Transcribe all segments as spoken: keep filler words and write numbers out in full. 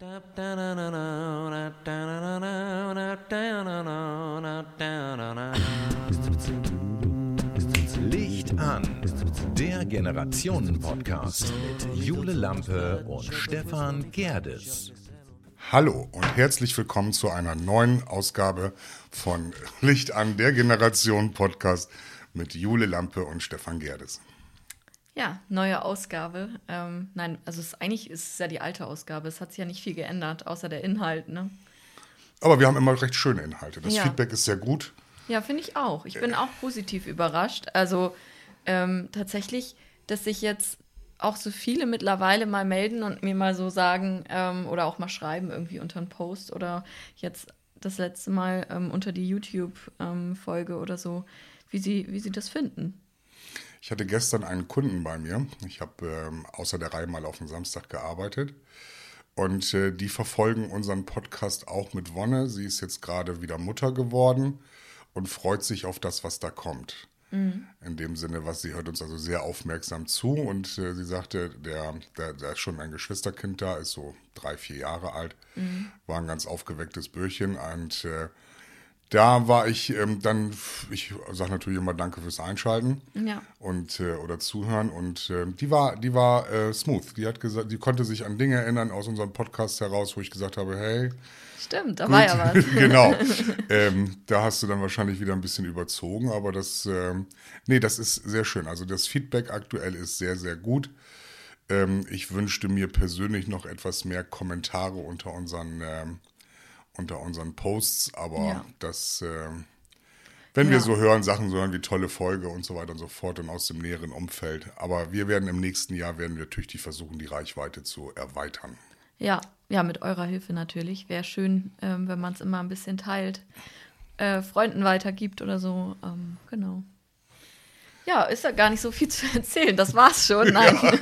Licht an, der Generationen-Podcast mit Jule Lampe und Stefan Gerdes. Hallo und herzlich willkommen zu einer neuen Ausgabe von Licht an, der Generation-Podcast mit Jule Lampe und Stefan Gerdes. Ja, neue Ausgabe. Ähm, nein, also es, eigentlich ist es ja die alte Ausgabe. Es hat sich ja nicht viel geändert, außer der Inhalt, ne? Aber wir haben immer recht schöne Inhalte. Das Ja. Feedback ist sehr gut. Ja, finde ich auch. Ich bin auch positiv überrascht. Also ähm, tatsächlich, dass sich jetzt auch so viele mittlerweile mal melden und mir mal so sagen ähm, oder auch mal schreiben irgendwie unter einen Post oder jetzt das letzte Mal ähm, unter die YouTube-Folge ähm, oder so, wie sie, wie sie das finden. Ich hatte gestern einen Kunden bei mir. Ich habe ähm, außer der Reihe mal auf den Samstag gearbeitet. Und äh, die verfolgen unseren Podcast auch mit Wonne. Sie ist jetzt gerade wieder Mutter geworden und freut sich auf das, was da kommt. Mhm. In dem Sinne, was sie hört uns also sehr aufmerksam zu. Und äh, sie sagte, der, der, der ist schon ein Geschwisterkind da, ist so drei, vier Jahre alt. Mhm. War ein ganz aufgewecktes Bürchen. Und äh, da war ich ähm, dann, ich sage natürlich immer Danke fürs Einschalten ja. und äh, oder Zuhören. Und äh, die war, die war äh, smooth. Die hat gesagt, die konnte sich an Dinge erinnern aus unserem Podcast heraus, wo ich gesagt habe, hey. Stimmt, da gut. war ja was. Genau. ähm, da hast du dann wahrscheinlich wieder ein bisschen überzogen, aber das, ähm, nee, das ist sehr schön. Also das Feedback aktuell ist sehr, sehr gut. Ähm, ich wünschte mir persönlich noch etwas mehr Kommentare unter unseren ähm, unter unseren Posts, aber ja. das, äh, wenn ja. wir so hören, Sachen so hören wie tolle Folge und so weiter und so fort und aus dem näheren Umfeld. Aber wir werden im nächsten Jahr, werden wir tüchtig versuchen, die Reichweite zu erweitern. Ja, ja, mit eurer Hilfe natürlich. Wäre schön, ähm, wenn man es immer ein bisschen teilt, äh, Freunden weitergibt oder so. Ähm, genau. Ja, ist ja gar nicht so viel zu erzählen. Das war's schon. Nein. Ja.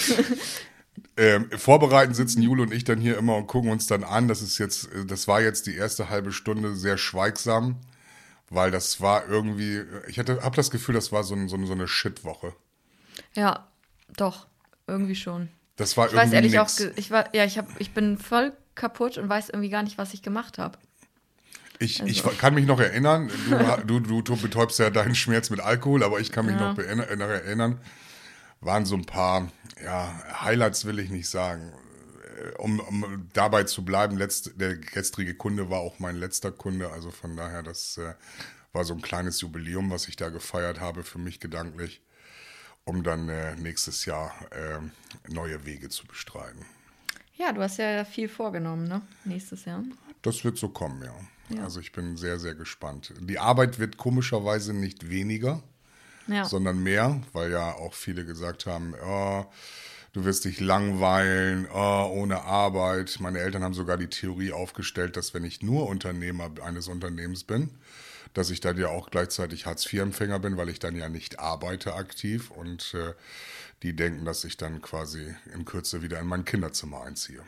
Ähm, vorbereiten sitzen Jule und ich dann hier immer und gucken uns dann an. Das ist jetzt, das war jetzt die erste halbe Stunde sehr schweigsam, weil das war irgendwie, ich hatte, habe das Gefühl, das war so, ein, so, eine, so eine Shit-Woche. Ja, doch, irgendwie schon. Das war ich irgendwie weiß ehrlich nix. auch, ich war, ja, ich habe, ich bin voll kaputt und weiß irgendwie gar nicht, was ich gemacht habe. Ich, also. ich kann mich noch erinnern, du, du, du betäubst ja deinen Schmerz mit Alkohol, aber ich kann mich ja. noch, be- noch erinnern, waren so ein paar, ja, Highlights will ich nicht sagen. Um, um dabei zu bleiben, letzt, der gestrige Kunde war auch mein letzter Kunde, also von daher, das äh, war so ein kleines Jubiläum, was ich da gefeiert habe für mich gedanklich, um dann äh, nächstes Jahr äh, neue Wege zu bestreiten. Ja, du hast ja viel vorgenommen, ne? Nächstes Jahr. Das wird so kommen, ja. ja. Also ich bin sehr, sehr gespannt. Die Arbeit wird komischerweise nicht weniger, ja. sondern mehr, weil ja auch viele gesagt haben, oh, du wirst dich langweilen, oh, ohne Arbeit. Meine Eltern haben sogar die Theorie aufgestellt, dass wenn ich nur Unternehmer eines Unternehmens bin, dass ich dann ja auch gleichzeitig Hartz-vier-Empfänger bin, weil ich dann ja nicht arbeite aktiv und äh, die denken, dass ich dann quasi in Kürze wieder in mein Kinderzimmer einziehe.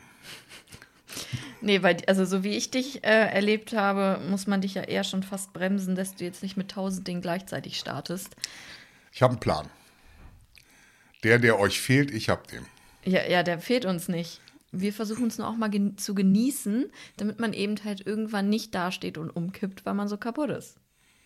Nee, weil, also so wie ich dich äh, erlebt habe, muss man dich ja eher schon fast bremsen, dass du jetzt nicht mit tausend Dingen gleichzeitig startest. Ich habe einen Plan. Der, der euch fehlt, ich hab den. Ja, ja, der fehlt uns nicht. Wir versuchen es nur auch mal gen- zu genießen, damit man eben halt irgendwann nicht dasteht und umkippt, weil man so kaputt ist.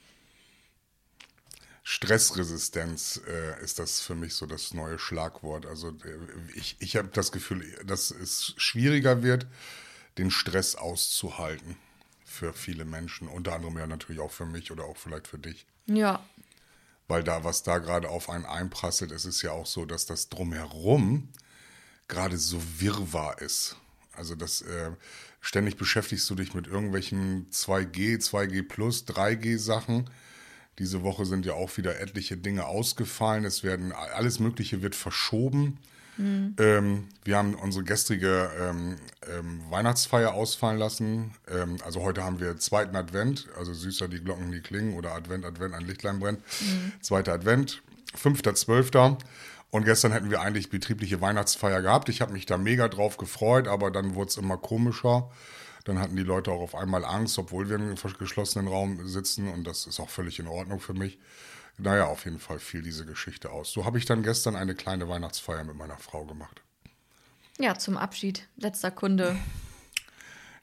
Stressresistenz äh, ist das für mich so das neue Schlagwort. Also äh, ich, ich habe das Gefühl, dass es schwieriger wird, den Stress auszuhalten für viele Menschen. Unter anderem ja natürlich auch für mich oder auch vielleicht für dich. Ja. Weil da, was da gerade auf einen einprasselt, es ist ja auch so, dass das Drumherum gerade so Wirrwarr ist. Also das äh, ständig beschäftigst du dich mit irgendwelchen zwei G, zwei G plus, drei G Sachen. Diese Woche sind ja auch wieder etliche Dinge ausgefallen. Es werden, alles Mögliche wird verschoben. Mhm. Ähm, wir haben unsere gestrige ähm, ähm, Weihnachtsfeier ausfallen lassen. Ähm, also heute haben wir zweiten Advent, also süßer die Glocken, die klingen oder Advent, Advent, ein Lichtlein brennt. Mhm. Zweiter Advent, fünfter zwölfter Und gestern hätten wir eigentlich betriebliche Weihnachtsfeier gehabt. Ich habe mich da mega drauf gefreut, aber dann wurde es immer komischer. Dann hatten die Leute auch auf einmal Angst, obwohl wir in einem geschlossenen Raum sitzen. Und das ist auch völlig in Ordnung für mich. Naja, auf jeden Fall fiel diese Geschichte aus. So habe ich dann gestern eine kleine Weihnachtsfeier mit meiner Frau gemacht. Ja, zum Abschied. Letzter Kunde.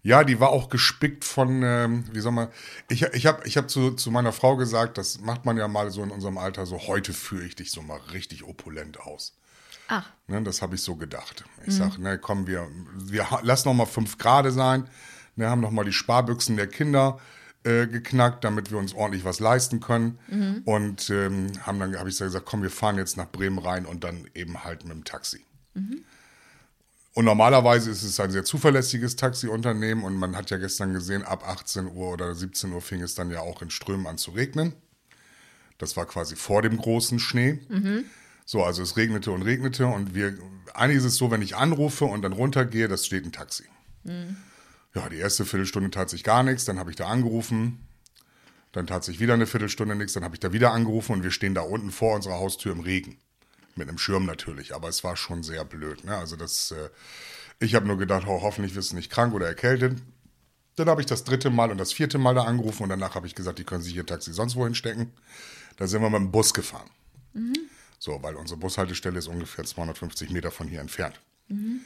Ja, die war auch gespickt von, ähm, wie soll man, ich, ich habe ich hab zu, zu meiner Frau gesagt, das macht man ja mal so in unserem Alter, so heute führe ich dich so mal richtig opulent aus. Ach. Ne, das habe ich so gedacht. Ich mhm. sage, ne, komm, wir, wir lassen noch mal fünf Grad sein, ne, haben noch mal die Sparbüchsen der Kinder äh, geknackt, damit wir uns ordentlich was leisten können. Mhm. Und ähm, haben dann habe ich so gesagt, komm, wir fahren jetzt nach Bremen rein und dann eben halt mit dem Taxi. Mhm. Und normalerweise ist es ein sehr zuverlässiges Taxiunternehmen und man hat ja gestern gesehen, ab achtzehn Uhr oder siebzehn Uhr fing es dann ja auch in Strömen an zu regnen. Das war quasi vor dem großen Schnee. Mhm. So, also es regnete und regnete und wir, eigentlich ist es so, wenn ich anrufe und dann runtergehe, das steht ein Taxi. Mhm. Ja, die erste Viertelstunde tat sich gar nichts, dann habe ich da angerufen, dann tat sich wieder eine Viertelstunde nichts, dann habe ich da wieder angerufen und wir stehen da unten vor unserer Haustür im Regen. Mit einem Schirm natürlich, aber es war schon sehr blöd. Ne? Also das, äh, ich habe nur gedacht, oh, hoffentlich wirst du nicht krank oder erkältet. Dann habe ich das dritte Mal und das vierte Mal da angerufen und danach habe ich gesagt, die können sich ihr Taxi sonst wohin stecken. Da sind wir mit dem Bus gefahren. Mhm. So, weil unsere Bushaltestelle ist ungefähr zweihundertfünfzig Meter von hier entfernt. Mhm.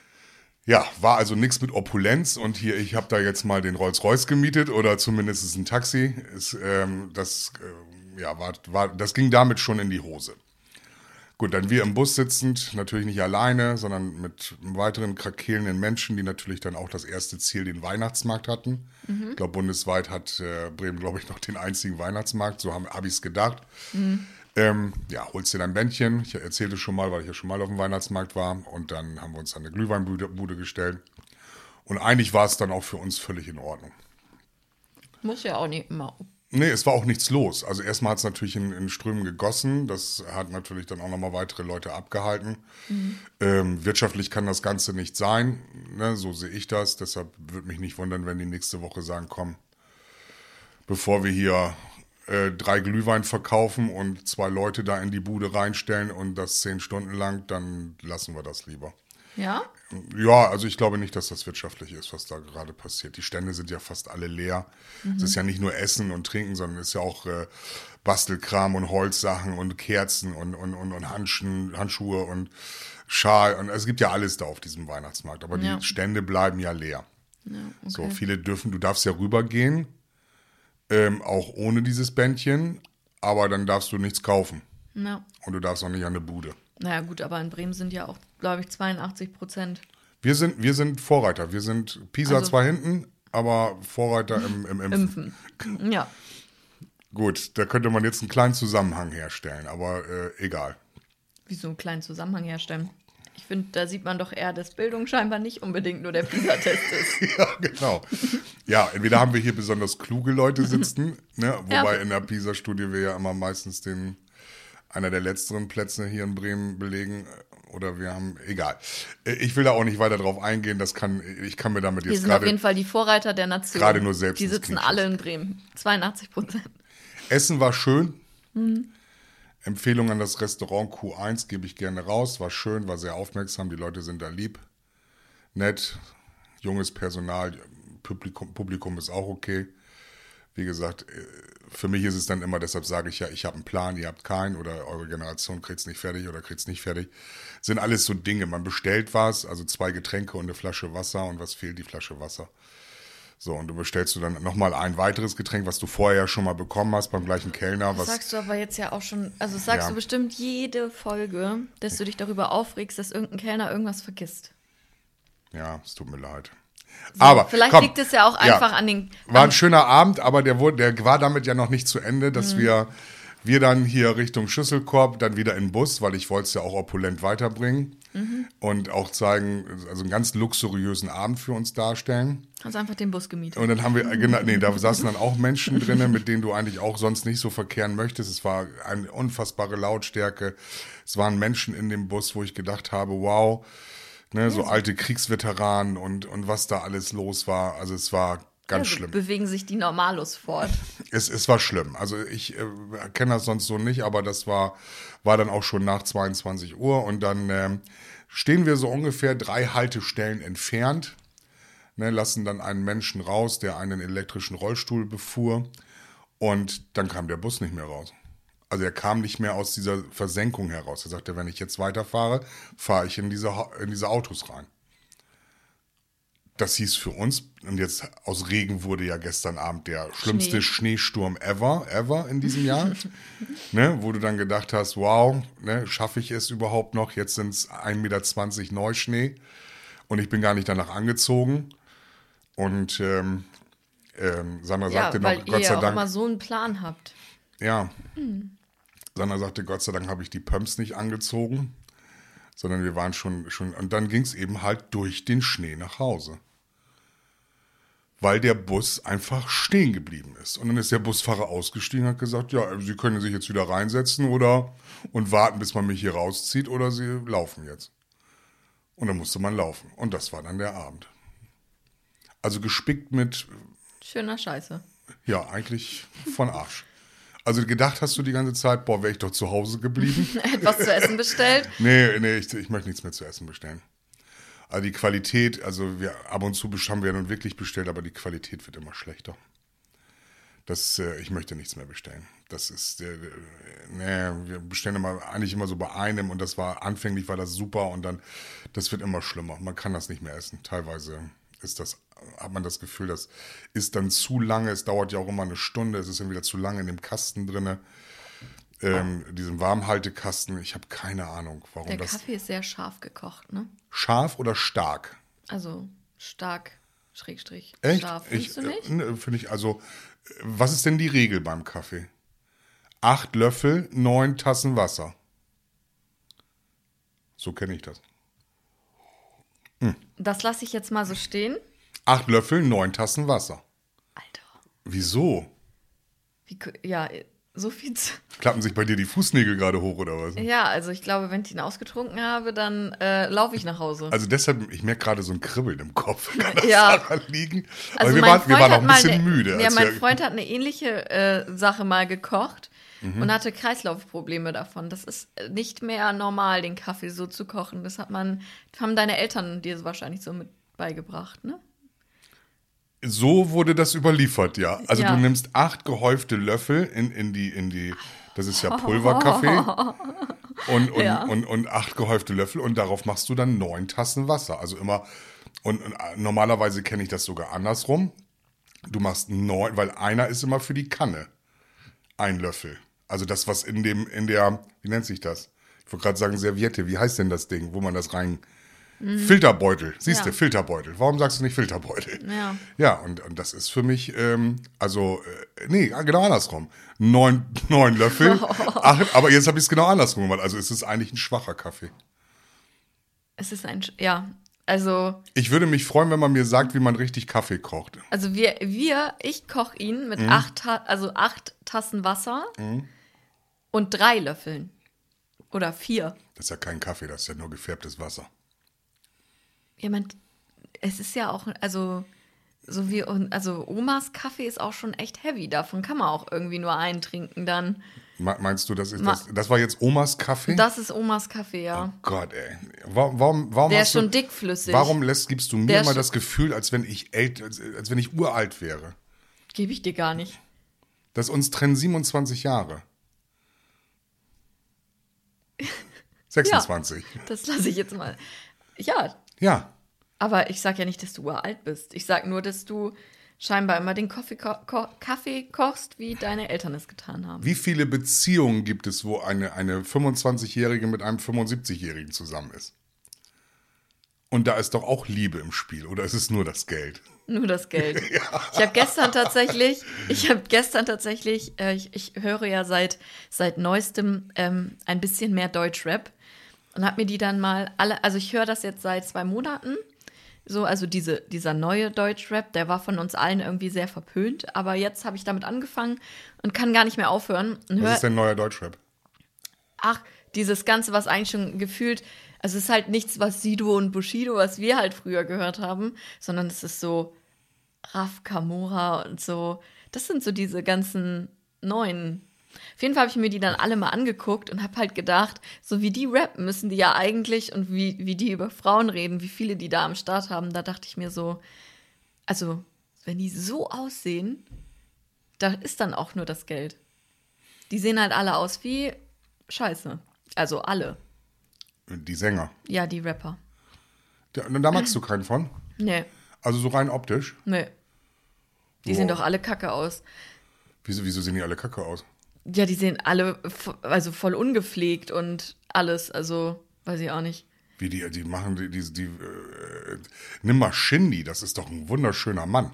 Ja, war also nichts mit Opulenz und hier, ich habe da jetzt mal den Rolls-Royce gemietet oder zumindest ein Taxi. Ist, ähm, das, äh, ja, war, war, das ging damit schon in die Hose. Gut, dann wir im Bus sitzend, natürlich nicht alleine, sondern mit weiteren krakelnden Menschen, die natürlich dann auch das erste Ziel, den Weihnachtsmarkt hatten. Mhm. Ich glaube, bundesweit hat äh, Bremen, glaube ich, noch den einzigen Weihnachtsmarkt, so habe ich es gedacht. Mhm. Ähm, ja, holst dir dein Bändchen, ich erzählte schon mal, weil ich ja schon mal auf dem Weihnachtsmarkt war und dann haben wir uns an eine Glühweinbude Bude gestellt und eigentlich war es dann auch für uns völlig in Ordnung. Muss ja auch nicht immer. Nee, es war auch nichts los. Also erstmal hat es natürlich in, in Strömen gegossen. Das hat natürlich dann auch nochmal weitere Leute abgehalten. Mhm. Ähm, wirtschaftlich kann das Ganze nicht sein. Ne? So sehe ich das. Deshalb würde mich nicht wundern, wenn die nächste Woche sagen, komm, bevor wir hier äh, drei Glühwein verkaufen und zwei Leute da in die Bude reinstellen und das zehn Stunden lang, dann lassen wir das lieber. Ja? Ja, also ich glaube nicht, dass das wirtschaftlich ist, was da gerade passiert. Die Stände sind ja fast alle leer. Mhm. Es ist ja nicht nur Essen und Trinken, sondern es ist ja auch äh, Bastelkram und Holzsachen und Kerzen und, und, und, und Handschuhe, Handschuhe und Schal. Und es gibt ja alles da auf diesem Weihnachtsmarkt. Aber ja. Die Stände bleiben ja leer. Ja, okay. So, viele dürfen, du darfst ja rübergehen, ähm, auch ohne dieses Bändchen, aber dann darfst du nichts kaufen. Ja. Und du darfst auch nicht an eine Bude. Naja gut, aber in Bremen sind ja auch, glaube ich, zweiundachtzig Prozent. Wir sind, wir sind Vorreiter. Wir sind Pisa also, zwar hinten, aber Vorreiter im, im Impfen. Impfen. Ja. Gut, da könnte man jetzt einen kleinen Zusammenhang herstellen, aber äh, egal. Wieso einen kleinen Zusammenhang herstellen? Ich finde, da sieht man doch eher, dass Bildung scheinbar nicht unbedingt nur der Pisa-Test ist. Ja, genau. Ja, entweder haben wir hier besonders kluge Leute sitzen, ne, wobei ja. in der Pisa-Studie wir ja immer meistens den einer der letzteren Plätze hier in Bremen belegen. Oder wir haben, egal. Ich will da auch nicht weiter drauf eingehen. Das kann, ich kann mir damit jetzt gerade... Wir sind auf jeden Fall die Vorreiter der Nation. Gerade nur selbst. Die sitzen alle in Bremen. zweiundachtzig Prozent. Essen war schön. Mhm. Empfehlung an das Restaurant Q eins gebe ich gerne raus. War schön, war sehr aufmerksam. Die Leute sind da lieb, nett, junges Personal. Publikum, Publikum ist auch okay. Wie gesagt, für mich ist es dann immer, deshalb sage ich ja, ich habe einen Plan, ihr habt keinen oder eure Generation kriegt es nicht fertig oder kriegt es nicht fertig. Sind alles so Dinge. Man bestellt was, also zwei Getränke und eine Flasche Wasser und was fehlt? Die Flasche Wasser. So, und du bestellst du dann nochmal ein weiteres Getränk, was du vorher ja schon mal bekommen hast beim gleichen Kellner. Das was sagst du aber jetzt ja auch schon, also das sagst ja. du bestimmt jede Folge, dass du dich darüber aufregst, dass irgendein Kellner irgendwas vergisst. Ja, es tut mir leid. So, aber vielleicht komm, liegt es ja auch einfach ja, an den... War ein schöner Abend, aber der, wurde, der war damit ja noch nicht zu Ende, dass mhm. wir, wir dann hier Richtung Schüsselkorb, dann wieder in den Bus, weil ich wollte es ja auch opulent weiterbringen mhm. und auch zeigen, also einen ganz luxuriösen Abend für uns darstellen. Hast einfach den Bus gemietet. Und dann haben wir, genau, nee, da saßen dann auch Menschen drin, mit denen du eigentlich auch sonst nicht so verkehren möchtest. Es war eine unfassbare Lautstärke. Es waren Menschen in dem Bus, wo ich gedacht habe, wow, Ne, ja, so alte Kriegsveteranen und, und was da alles los war. Also es war ganz ja, schlimm. Bewegen sich die Normalos fort. Es, es war schlimm. Also ich äh, kenne das sonst so nicht, aber das war, war dann auch schon nach zweiundzwanzig Uhr. Und dann äh, stehen wir so ungefähr drei Haltestellen entfernt, ne, lassen dann einen Menschen raus, der einen elektrischen Rollstuhl befuhr. Und dann kam der Bus nicht mehr raus. Also er kam nicht mehr aus dieser Versenkung heraus. Er sagte, wenn ich jetzt weiterfahre, fahre ich in diese, in diese Autos rein. das hieß für uns, und jetzt aus Regen wurde ja gestern Abend der schlimmste Schnee. Schneesturm ever, ever in diesem Jahr. Ne, wo du dann gedacht hast, wow, ne, schaffe ich es überhaupt noch? Jetzt sind es ein Meter zwanzig Neuschnee und ich bin gar nicht danach angezogen. Und ähm, ähm, Sandra Ja, sagte weil noch, ihr Gott sei ja auch Dank, immer so einen Plan habt. ja, Sandra sagte, Gott sei Dank habe ich die Pumps nicht angezogen, sondern wir waren schon, schon und dann ging es eben halt durch den Schnee nach Hause. Weil der Bus einfach stehen geblieben ist. Und dann ist der Busfahrer ausgestiegen und hat gesagt, ja, Sie können sich jetzt wieder reinsetzen oder und warten, bis man mich hier rauszieht oder Sie laufen jetzt. Und dann musste man laufen. Und das war dann der Abend. Also gespickt mit, Schöner Scheiße. ja, eigentlich von Arsch. Also gedacht hast du die ganze Zeit, boah, wäre ich doch zu Hause geblieben. Etwas zu essen bestellt. Nee, nee, ich, ich möchte nichts mehr zu essen bestellen. Also die Qualität, also wir ab und zu haben wir ja nun wirklich bestellt, aber die Qualität wird immer schlechter. Das, äh, ich möchte nichts mehr bestellen. Das ist, äh, nee, wir bestellen immer, eigentlich immer so bei einem und das war, anfänglich war das super und dann, das wird immer schlimmer. Man kann das nicht mehr essen. Teilweise ist das, hat man das Gefühl, das ist dann zu lange, es dauert ja auch immer eine Stunde, es ist dann wieder zu lange in dem Kasten drinne. Ähm, diesem Warmhaltekasten, ich habe keine Ahnung, warum Der das... Kaffee ist sehr scharf gekocht, ne? Scharf oder stark? Also stark, Schrägstrich, Echt? scharf. Ich, Findest du nicht? äh, Finde ich, also, äh, was ist denn die Regel beim Kaffee? Acht Löffel, neun Tassen Wasser. So kenne ich das. Das lasse ich jetzt mal so stehen. Acht Löffel, neun Tassen Wasser. Alter. Wieso? Wie, ko- ja, so viel zu. Klappen sich bei dir die Fußnägel gerade hoch oder was? Ja, also ich glaube, wenn ich ihn ausgetrunken habe, dann äh, laufe ich nach Hause. Also deshalb, ich merke gerade so ein Kribbeln im Kopf. Kann das Ja. daran liegen? Also Aber wir mein waren, wir Freund waren auch hat ein mal bisschen eine- müde. Ja, als mein wir- Freund hat eine ähnliche äh, Sache mal gekocht Mhm. und hatte Kreislaufprobleme davon. Das ist nicht mehr normal, den Kaffee so zu kochen. Das hat man, haben deine Eltern dir wahrscheinlich so mit beigebracht, ne? So wurde das überliefert, ja. Also Ja. du nimmst acht gehäufte Löffel in, in, die, in die, das ist ja Pulverkaffee, und, und, Ja. und, und acht gehäufte Löffel und darauf machst du dann neun Tassen Wasser. Also immer, und, und normalerweise kenne ich das sogar andersrum. Du machst neun, weil einer ist immer für die Kanne. Ein Löffel. Also das, was in dem, in der, wie nennt sich das? Ich wollte gerade sagen Serviette, wie heißt denn das Ding, wo man das rein... Filterbeutel, siehst Ja. du, Filterbeutel. Warum sagst du nicht Filterbeutel? Ja. Ja, und, und das ist für mich, ähm, also, äh, nee, genau andersrum. Neun, neun Löffel, acht, aber jetzt habe ich es genau andersrum gemacht. Also es ist eigentlich ein schwacher Kaffee. Es ist ein, Sch- ja, also, Ich würde mich freuen, wenn man mir sagt, wie man richtig Kaffee kocht. also wir, wir, ich koche ihn mit acht, Ta- also acht Tassen Wasser und drei Löffeln. Oder vier. Das ist ja kein Kaffee, das ist ja nur gefärbtes Wasser. Ja, man, es ist ja auch, also, so wie, also Omas Kaffee ist auch schon echt heavy. Davon kann man auch irgendwie nur einen trinken dann. Me- Meinst du, das ist Ma- das, das war jetzt Omas Kaffee? Das ist Omas Kaffee, ja. Gott, ey. Warum, warum, warum Der hast ist schon du, dickflüssig. Warum lässt, gibst du mir Der immer ist das Gefühl, als wenn ich ält, als, als wenn ich uralt wäre? Gebe ich dir gar nicht. Das uns trennen siebenundzwanzig Jahre. sechsundzwanzig. Das lasse ich jetzt mal. Ja, Ja. aber ich sag ja nicht, dass du uralt bist. Ich sag nur, dass du scheinbar immer den Kaffee, ko ko Kaffee kochst, wie deine Eltern es getan haben. Wie viele Beziehungen gibt es, wo eine, eine fünfundzwanzigjährige mit einem fünfundsiebzigjährigen zusammen ist? Und da ist doch auch Liebe im Spiel, oder ist es nur das Geld? Nur das Geld. Ich habe gestern tatsächlich, ich habe gestern tatsächlich, äh, ich, ich höre ja seit, seit neuestem ähm, ein bisschen mehr Deutschrap und habe mir die dann mal alle, also ich höre das jetzt seit zwei Monaten, so, also diese, dieser neue Deutschrap, der war von uns allen irgendwie sehr verpönt, aber jetzt habe ich damit angefangen und kann gar nicht mehr aufhören. Und Was hör, ist denn neuer Deutschrap? ach, dieses Ganze, was eigentlich schon gefühlt, also es ist halt nichts, was Sido und Bushido, was wir halt früher gehört haben, sondern es ist so Raf Kamora und so. Das sind so diese ganzen neuen. Auf jeden Fall habe ich mir die dann alle mal angeguckt und habe halt gedacht, so wie die rappen, müssen die ja eigentlich und wie, wie die über Frauen reden, wie viele die da am Start haben, da dachte ich mir so, also wenn die so aussehen, da ist dann auch nur das Geld. Die sehen halt alle aus wie Scheiße. Also alle. Die Sänger. Ja, die Rapper. Da, da magst du keinen von? Nee. Also so rein optisch? Nee. Die Wow. sehen doch alle kacke aus. Wieso, wieso sehen die alle kacke aus? Ja, die sehen alle vo- also voll ungepflegt und alles. Also, weiß ich auch nicht. Wie die, die machen, die, die, die äh, nimm mal Shindy, das ist doch ein wunderschöner Mann.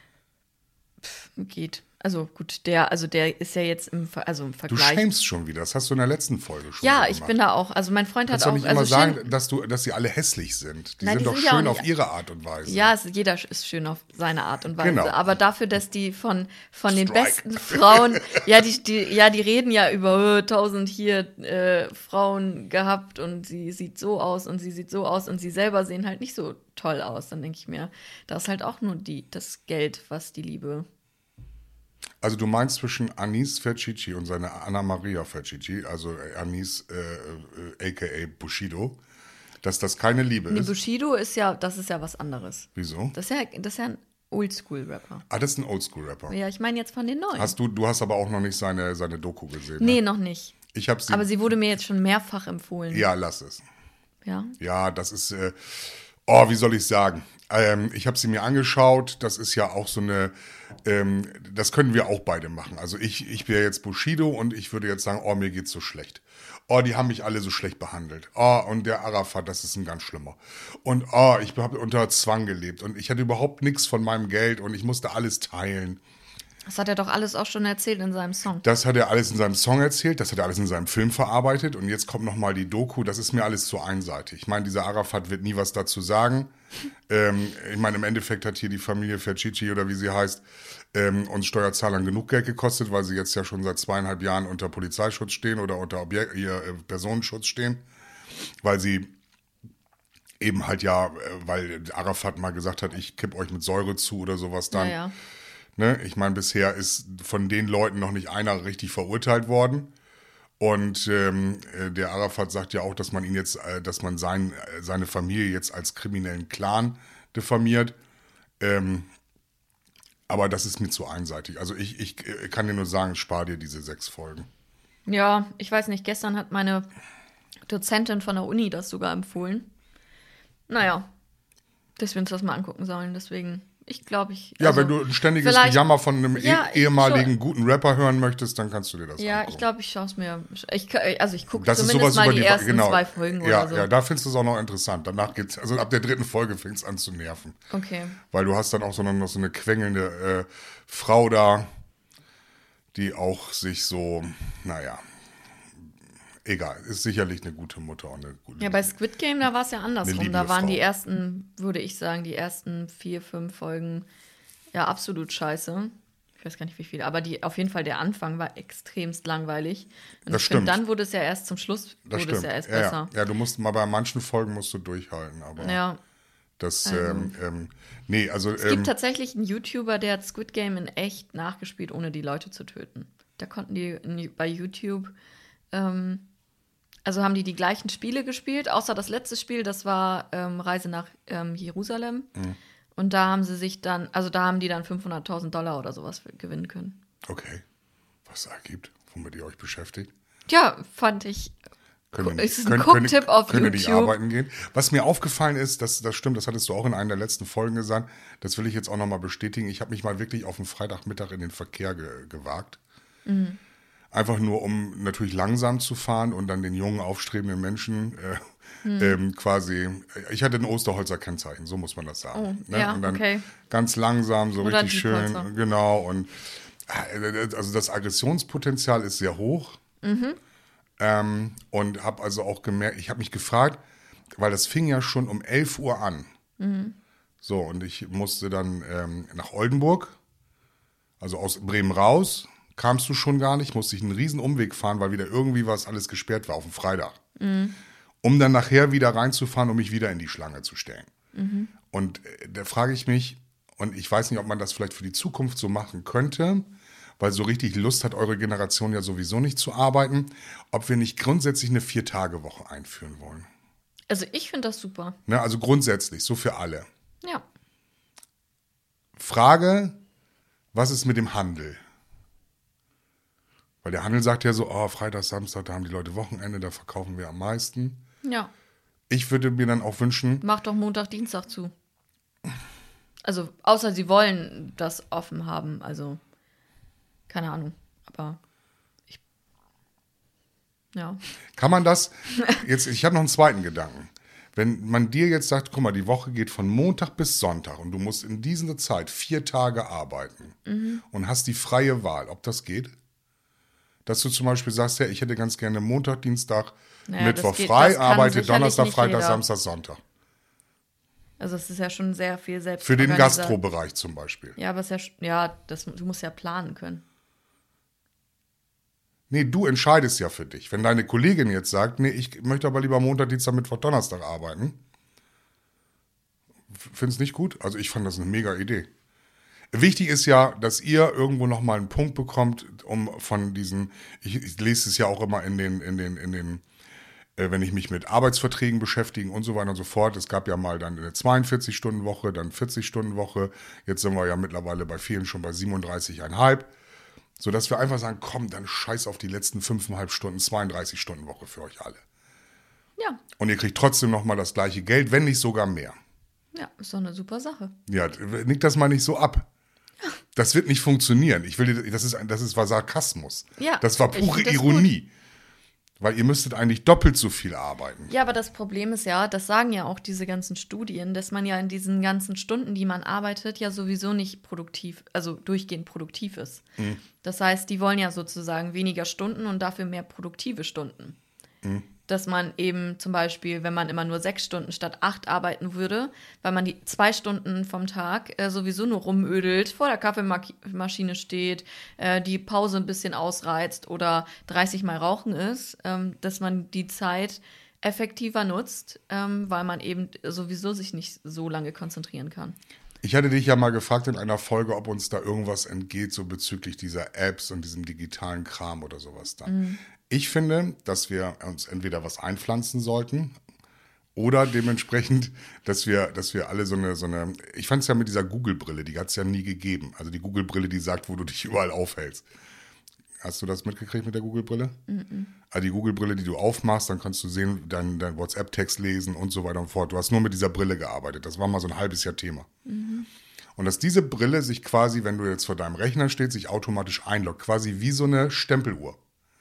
Geht. Also gut, der, also der ist ja jetzt im, Ver- also im Du Vergleich. schämst schon wieder, das hast du in der letzten Folge schon Ja, so ich gemacht. bin da auch. Also mein Freund hat Kannst doch auch. nicht also immer sagen, Shin- dass, du, dass sie alle hässlich sind. Die Nein, sind die doch sind ja auch schön nicht- auf ihre Art und Weise. Ja, es, jeder ist schön auf seine Art und Weise. Genau. Aber dafür, dass die von, von den Strike. besten Frauen, ja, die, die, ja, die reden ja über äh, tausend hier äh, Frauen gehabt und sie sieht so aus und sie sieht so aus und sie selber sehen halt nicht so toll aus. Dann denke ich mir, da ist halt auch nur die, das Geld, was die Liebe. Also du meinst zwischen Anis Ferchichi und seiner Anna Maria Ferchichi, also Anis äh, äh, aka Bushido, dass das keine Liebe Nee, ist. Bushido ist ja, das ist ja was anderes. Wieso? Das ist ja, das ist ja ein Oldschool-Rapper. Ah, das ist ein Oldschool-Rapper. Ja, ich meine jetzt von den neuen. Hast du, du hast aber auch noch nicht seine, seine Doku gesehen. Nee, Ne? noch nicht. Ich habe sie. Aber sie wurde mir jetzt schon mehrfach empfohlen. ja, lass es. Ja. Ja, das ist, äh, oh, wie soll ich sagen? Ähm, ich habe sie mir angeschaut. Das ist ja auch so eine, ähm, das können wir auch beide machen. Also ich, ich wäre jetzt Bushido und ich würde jetzt sagen, oh, mir geht's so schlecht. Oh, die haben mich alle so schlecht behandelt. Oh, und der Arafat, das ist ein ganz schlimmer. Und oh, ich habe unter Zwang gelebt und ich hatte überhaupt nichts von meinem Geld und ich musste alles teilen. Das hat er doch alles auch schon erzählt in seinem Song. Das hat er alles in seinem Song erzählt, das hat er alles in seinem Film verarbeitet und jetzt kommt nochmal die Doku, das ist mir alles zu einseitig. Ich meine, dieser Arafat wird nie was dazu sagen. ähm, ich meine, im Endeffekt hat hier die Familie Ferchichi oder wie sie heißt, ähm, uns Steuerzahlern genug Geld gekostet, weil sie jetzt ja schon seit zweieinhalb Jahren unter Polizeischutz stehen oder unter Objekt, ihr, äh, Personenschutz stehen, weil sie eben halt ja, äh, weil Arafat mal gesagt hat, ich kipp euch mit Säure zu oder sowas dann. Ja, ja. Ne? Ich meine, bisher ist von den Leuten noch nicht einer richtig verurteilt worden. Und ähm, äh, der Arafat sagt ja auch, dass man ihn jetzt, äh, dass man sein, äh, seine Familie jetzt als kriminellen Clan diffamiert. Ähm, aber das ist mir zu einseitig. Also ich, ich äh, kann dir nur sagen, spar dir diese sechs Folgen. Ja, ich weiß nicht, gestern hat meine Dozentin von der Uni das sogar empfohlen. Naja, dass wir uns das mal angucken sollen, deswegen, ich glaube, ich... Ja, also, wenn du ein ständiges vielleicht- Gejammer von einem Ja, eh- ehemaligen schon. guten Rapper hören möchtest, dann kannst du dir das Ja, angucken. ich glaube, ich schaue es mir... Ich, also ich gucke Das ist zumindest sowas mal über die, die ersten genau. zwei Folgen ja, oder so. Ja, da findest du es auch noch interessant. Danach geht's, also ab der dritten Folge fängt es an zu nerven. Okay. Weil du hast dann auch so eine, noch so eine quengelnde äh, Frau da, die auch sich so, naja, egal, ist sicherlich eine gute Mutter und eine gute. Ja, bei Squid Game, da war es ja Eine andersrum. liebende Da waren Frau. die ersten, würde ich sagen, die ersten vier, fünf Folgen ja absolut scheiße. Ich weiß gar nicht, wie viele, aber die, auf jeden Fall der Anfang war extremst langweilig. Und Das ich finde, stimmt. dann wurde es ja erst zum Schluss, das wurde stimmt. es ja erst ja, besser. ja. ja, du musst mal bei manchen Folgen musst du durchhalten, aber Ja. das, ähm, ähm, nee, also Es ähm, gibt tatsächlich einen YouTuber, der hat Squid Game in echt nachgespielt, ohne die Leute zu töten. Da konnten die in, bei YouTube, ähm, also haben die die gleichen Spiele gespielt, außer das letzte Spiel, das war ähm, Reise nach ähm, Jerusalem. Mhm. Und da haben sie sich dann, also da haben die dann fünfhunderttausend Dollar oder sowas gewinnen können. okay, was es da gibt, womit ihr euch beschäftigt. Ja, fand ich. Können wir Ist nicht, ein können, Gucktipp können, auf können wir nicht YouTube. arbeiten gehen. Was mir aufgefallen ist, das, das stimmt, das hattest du auch in einer der letzten Folgen gesagt, das will ich jetzt auch nochmal bestätigen. Ich habe mich mal wirklich auf den Freitagmittag in den Verkehr ge gewagt. Mhm. Einfach nur, um natürlich langsam zu fahren und dann den jungen, aufstrebenden Menschen äh, Mhm. ähm, quasi, ich hatte ein Osterholzer Kennzeichen, so muss man das sagen. Oh, ja, und dann okay. ganz langsam, so Oder richtig schön, Diepholzer. genau. Und äh, also das Aggressionspotenzial ist sehr hoch. Mhm. Ähm, und habe also auch gemerkt, ich habe mich gefragt, weil das fing ja schon um elf Uhr an. Mhm. So, und ich musste dann ähm, nach Oldenburg, also aus Bremen raus, kamst du schon gar nicht, musste ich einen riesen Umweg fahren, weil wieder irgendwie was alles gesperrt war auf dem Freitag. Mhm. Um dann nachher wieder reinzufahren, um mich wieder in die Schlange zu stellen. Mhm. Und äh, da frage ich mich, und ich weiß nicht, ob man das vielleicht für die Zukunft so machen könnte, weil so richtig Lust hat eure Generation ja sowieso nicht zu arbeiten, ob wir nicht grundsätzlich eine Vier-Tage-Woche einführen wollen. Also ich finde das super. Ne, also grundsätzlich, so für alle. Ja. Frage, was ist mit dem Handel? Weil der Handel sagt ja so, oh, Freitag, Samstag, da haben die Leute Wochenende, da verkaufen wir am meisten. Ja. Ich würde mir dann auch wünschen, Mach doch Montag, Dienstag zu. Also, außer sie wollen das offen haben. Also, keine Ahnung. Aber ich. Ja. Kann man das. Jetzt, ich habe noch einen zweiten Gedanken. Wenn man dir jetzt sagt, guck mal, die Woche geht von Montag bis Sonntag und du musst in dieser Zeit vier Tage arbeiten mhm. und hast die freie Wahl, ob das geht? Dass du zum Beispiel sagst, ja, ich hätte ganz gerne Montag, Dienstag, naja, Mittwoch geht, frei, arbeite Donnerstag, Freitag, jeder. Samstag, Sonntag. Also es ist ja schon sehr viel selbst. Für den Gastrobereich zum Beispiel. Ja, aber es ist ja, ja das, du musst ja planen können. Nee, du entscheidest ja für dich. Wenn deine Kollegin jetzt sagt, nee, ich möchte aber lieber Montag, Dienstag, Mittwoch, Donnerstag arbeiten. Findest du nicht gut? Also ich fand das eine mega Idee. Wichtig ist ja, dass ihr irgendwo nochmal einen Punkt bekommt, um von diesen, ich, ich lese es ja auch immer in den, in den, in den, äh, wenn ich mich mit Arbeitsverträgen beschäftige und so weiter und so fort. Es gab ja mal dann eine zweiundvierzig-Stunden-Woche, dann vierzig-Stunden-Woche. Jetzt sind wir ja mittlerweile bei vielen schon bei siebenunddreißig Komma fünf. Sodass wir einfach sagen, komm, dann scheiß auf die letzten fünfeinhalb Stunden, zweiunddreißig-Stunden-Woche für euch alle. Ja. Und ihr kriegt trotzdem nochmal das gleiche Geld, wenn nicht sogar mehr. Ja, ist doch eine super Sache. Ja, nick das mal nicht so ab. Das wird nicht funktionieren. Ich will, das ist, das ist war Sarkasmus. Ja, das war pure das Ironie. Gut. Weil ihr müsstet eigentlich doppelt so viel arbeiten. Ja, aber das Problem ist ja, das sagen ja auch diese ganzen Studien, dass man ja in diesen ganzen Stunden, die man arbeitet, ja sowieso nicht produktiv, also durchgehend produktiv ist. Mhm. Das heißt, die wollen ja sozusagen weniger Stunden und dafür mehr produktive Stunden. Mhm. Dass man eben zum Beispiel, wenn man immer nur sechs Stunden statt acht arbeiten würde, weil man die zwei Stunden vom Tag äh, sowieso nur rumödelt, vor der Kaffeemaschine steht, äh, die Pause ein bisschen ausreizt oder dreißig Mal rauchen ist, ähm, dass man die Zeit effektiver nutzt, ähm, weil man eben sowieso sich nicht so lange konzentrieren kann. Ich hatte dich ja mal gefragt in einer Folge, ob uns da irgendwas entgeht, so bezüglich dieser Apps und diesem digitalen Kram oder sowas dann. Mhm. Ich finde, dass wir uns entweder was einpflanzen sollten oder dementsprechend, dass wir, dass wir alle so eine, so eine, ich fand es ja mit dieser Google-Brille, die hat es ja nie gegeben. Also die Google-Brille, die sagt, wo du dich überall aufhältst. Hast du das mitgekriegt mit der Google-Brille? Mhm. Also die Google-Brille, die du aufmachst, dann kannst du sehen, deinen dein WhatsApp-Text lesen und so weiter und fort. Du hast nur mit dieser Brille gearbeitet. Das war mal so ein halbes Jahr Thema. Mhm. Und dass diese Brille sich quasi, wenn du jetzt vor deinem Rechner stehst, sich automatisch einloggt. Quasi wie so eine Stempeluhr.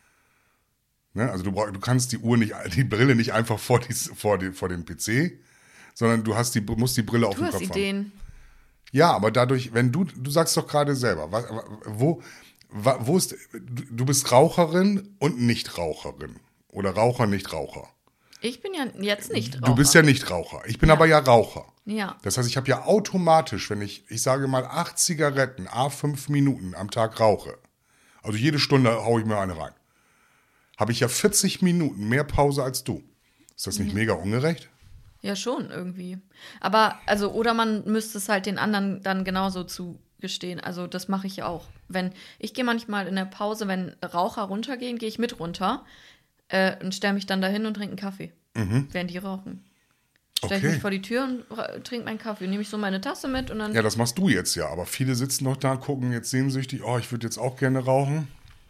Ne? Also du, brauch, du kannst die Uhr nicht, die Brille nicht einfach vor, die, vor, die, vor den P C, sondern du hast die, musst die Brille auf dem Kopf haben. Du hast Ideen. Ja, aber dadurch, wenn du, du sagst doch gerade selber, was, wo... Wo ist, du bist Raucherin und Nichtraucherin. Oder Raucher, Nichtraucher. Ich bin ja jetzt nicht Raucher. Du bist ja Nichtraucher. Ich bin ja. aber ja Raucher. Ja. Das heißt, ich habe ja automatisch, wenn ich, ich sage mal, acht Zigaretten, a fünf Minuten am Tag rauche, also jede Stunde haue ich mir eine rein, habe ich ja vierzig Minuten mehr Pause als du. Ist das nicht ja. mega ungerecht? Ja, schon irgendwie. Aber, also, oder man müsste es halt den anderen dann genauso zu gestehen. Also das mache ich auch. Wenn ich gehe manchmal in der Pause, wenn Raucher runtergehen, gehe ich mit runter äh, und stelle mich dann dahin und trinke einen Kaffee, mhm. während die rauchen. Stelle okay. ich mich vor die Tür und ra- trinke meinen Kaffee. Nehme ich so meine Tasse mit und dann... Ja, das machst du jetzt ja, aber viele sitzen noch da, gucken jetzt sehnsüchtig, oh, ich würde jetzt auch gerne rauchen.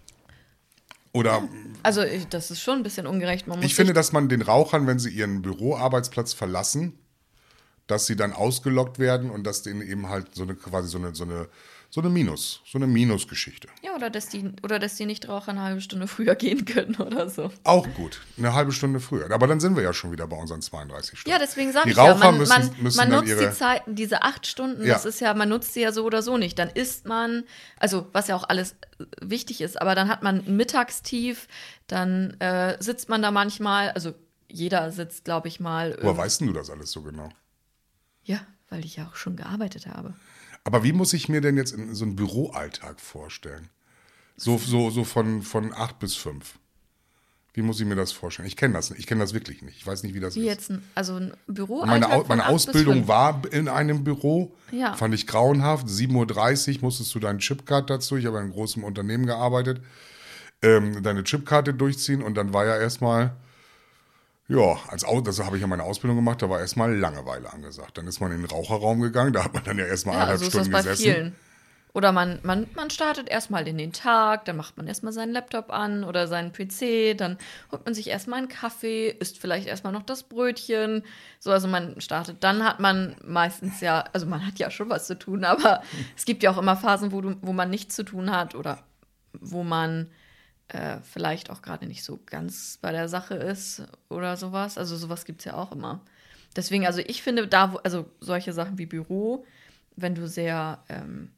Oder... Also ich, das ist schon ein bisschen ungerecht. Man muss ich finde, dass man den Rauchern, wenn sie ihren Büroarbeitsplatz verlassen, dass sie dann ausgelockt werden und dass denen eben halt so eine quasi so eine so eine so eine Minus, so eine Minusgeschichte. Ja, oder dass die oder dass die Nichtraucher eine halbe Stunde früher gehen können oder so. Auch gut, eine halbe Stunde früher. Aber dann sind wir ja schon wieder bei unseren zweiunddreißig Stunden. Ja, deswegen sage ich Raucher ja, man, müssen, man, müssen man dann nutzt ihre die Zeiten, diese acht Stunden, ja. das ist ja, man nutzt sie ja so oder so nicht. Dann isst man, also was ja auch alles wichtig ist, aber dann hat man ein Mittagstief, dann äh, sitzt man da manchmal, also jeder sitzt, glaube ich mal. Woher weißt du das alles so genau? Ja, weil ich ja auch schon gearbeitet habe. Aber wie muss ich mir denn jetzt in so einen Büroalltag vorstellen? So, so, so von, von acht bis fünf. Wie muss ich mir das vorstellen? Ich kenne das nicht. Ich kenne das wirklich nicht. Ich weiß nicht, wie das wie ist. Wie jetzt ein, also ein Büroalltag meine, Au- von meine acht Ausbildung bis fünf. war in einem Büro. Ja. Fand ich grauenhaft. sieben Uhr dreißig musstest du deinen Chipcard dazu. Ich habe in einem großen Unternehmen gearbeitet. Ähm, deine Chipkarte durchziehen und dann war ja erstmal... Ja, als Au- das habe ich ja meine Ausbildung gemacht, da war erstmal Langeweile angesagt. Dann ist man in den Raucherraum gegangen, da hat man dann ja erstmal ja, eineinhalb also Stunden ist das bei gesessen. Vielen. Oder man, man, man startet erstmal in den Tag, dann macht man erstmal seinen Laptop an oder seinen P C, dann holt man sich erstmal einen Kaffee, isst vielleicht erstmal noch das Brötchen. So, also man startet. Dann hat man meistens ja, also man hat ja schon was zu tun, aber es gibt ja auch immer Phasen, wo, du, wo man nichts zu tun hat oder wo man äh, vielleicht auch gerade nicht so ganz bei der Sache ist oder sowas. Also sowas gibt es ja auch immer. Deswegen, also ich finde, da, wo, also solche Sachen wie Büro, wenn du sehr ähm,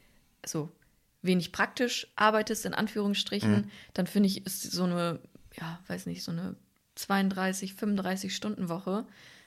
so wenig praktisch arbeitest, in Anführungsstrichen, mhm. dann finde ich, ist so eine, ja, weiß nicht, so eine zweiunddreißig, fünfunddreißig Stunden Woche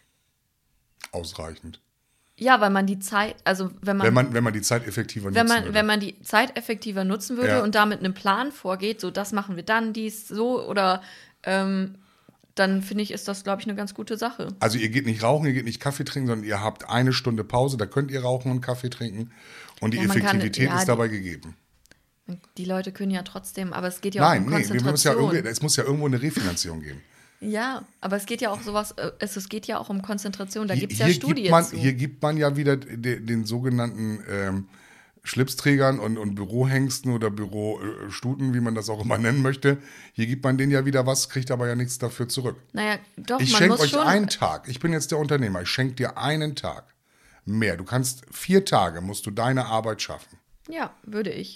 ausreichend. Ja, weil man die Zeit, also wenn man wenn man, wenn man die Zeit effektiver wenn nutzen man, würde. Wenn man die Zeit effektiver nutzen würde Ja. und da mit einem Plan vorgeht, so das machen wir dann, dies, so oder ähm, dann finde ich, ist das, glaube ich, eine ganz gute Sache. Also ihr geht nicht rauchen, ihr geht nicht Kaffee trinken, sondern ihr habt eine Stunde Pause, da könnt ihr rauchen und Kaffee trinken und die Ja, man kann- Effektivität ja, ist die- dabei gegeben. Die Leute können ja trotzdem, aber es geht ja Nein, auch um nee, wir müssen ja Konzentration. irgendwie, es muss ja irgendwo eine Refinanzierung geben. Ja, aber es geht ja auch sowas, äh, es, es geht ja auch um Konzentration, da Hier- gibt es ja hier Studien gibt man, zu. Hier gibt man ja wieder den, den sogenannten ähm, Schlipsträgern und, und Bürohengsten oder Bürostuten, wie man das auch immer nennen möchte. Hier gibt man denen ja wieder was, kriegt aber ja nichts dafür zurück. Naja, doch, Ich man schenke muss euch schon. einen Tag. Ich bin jetzt der Unternehmer. Ich schenke dir einen Tag mehr. Du kannst vier Tage, musst du deine Arbeit schaffen. Ja, würde ich.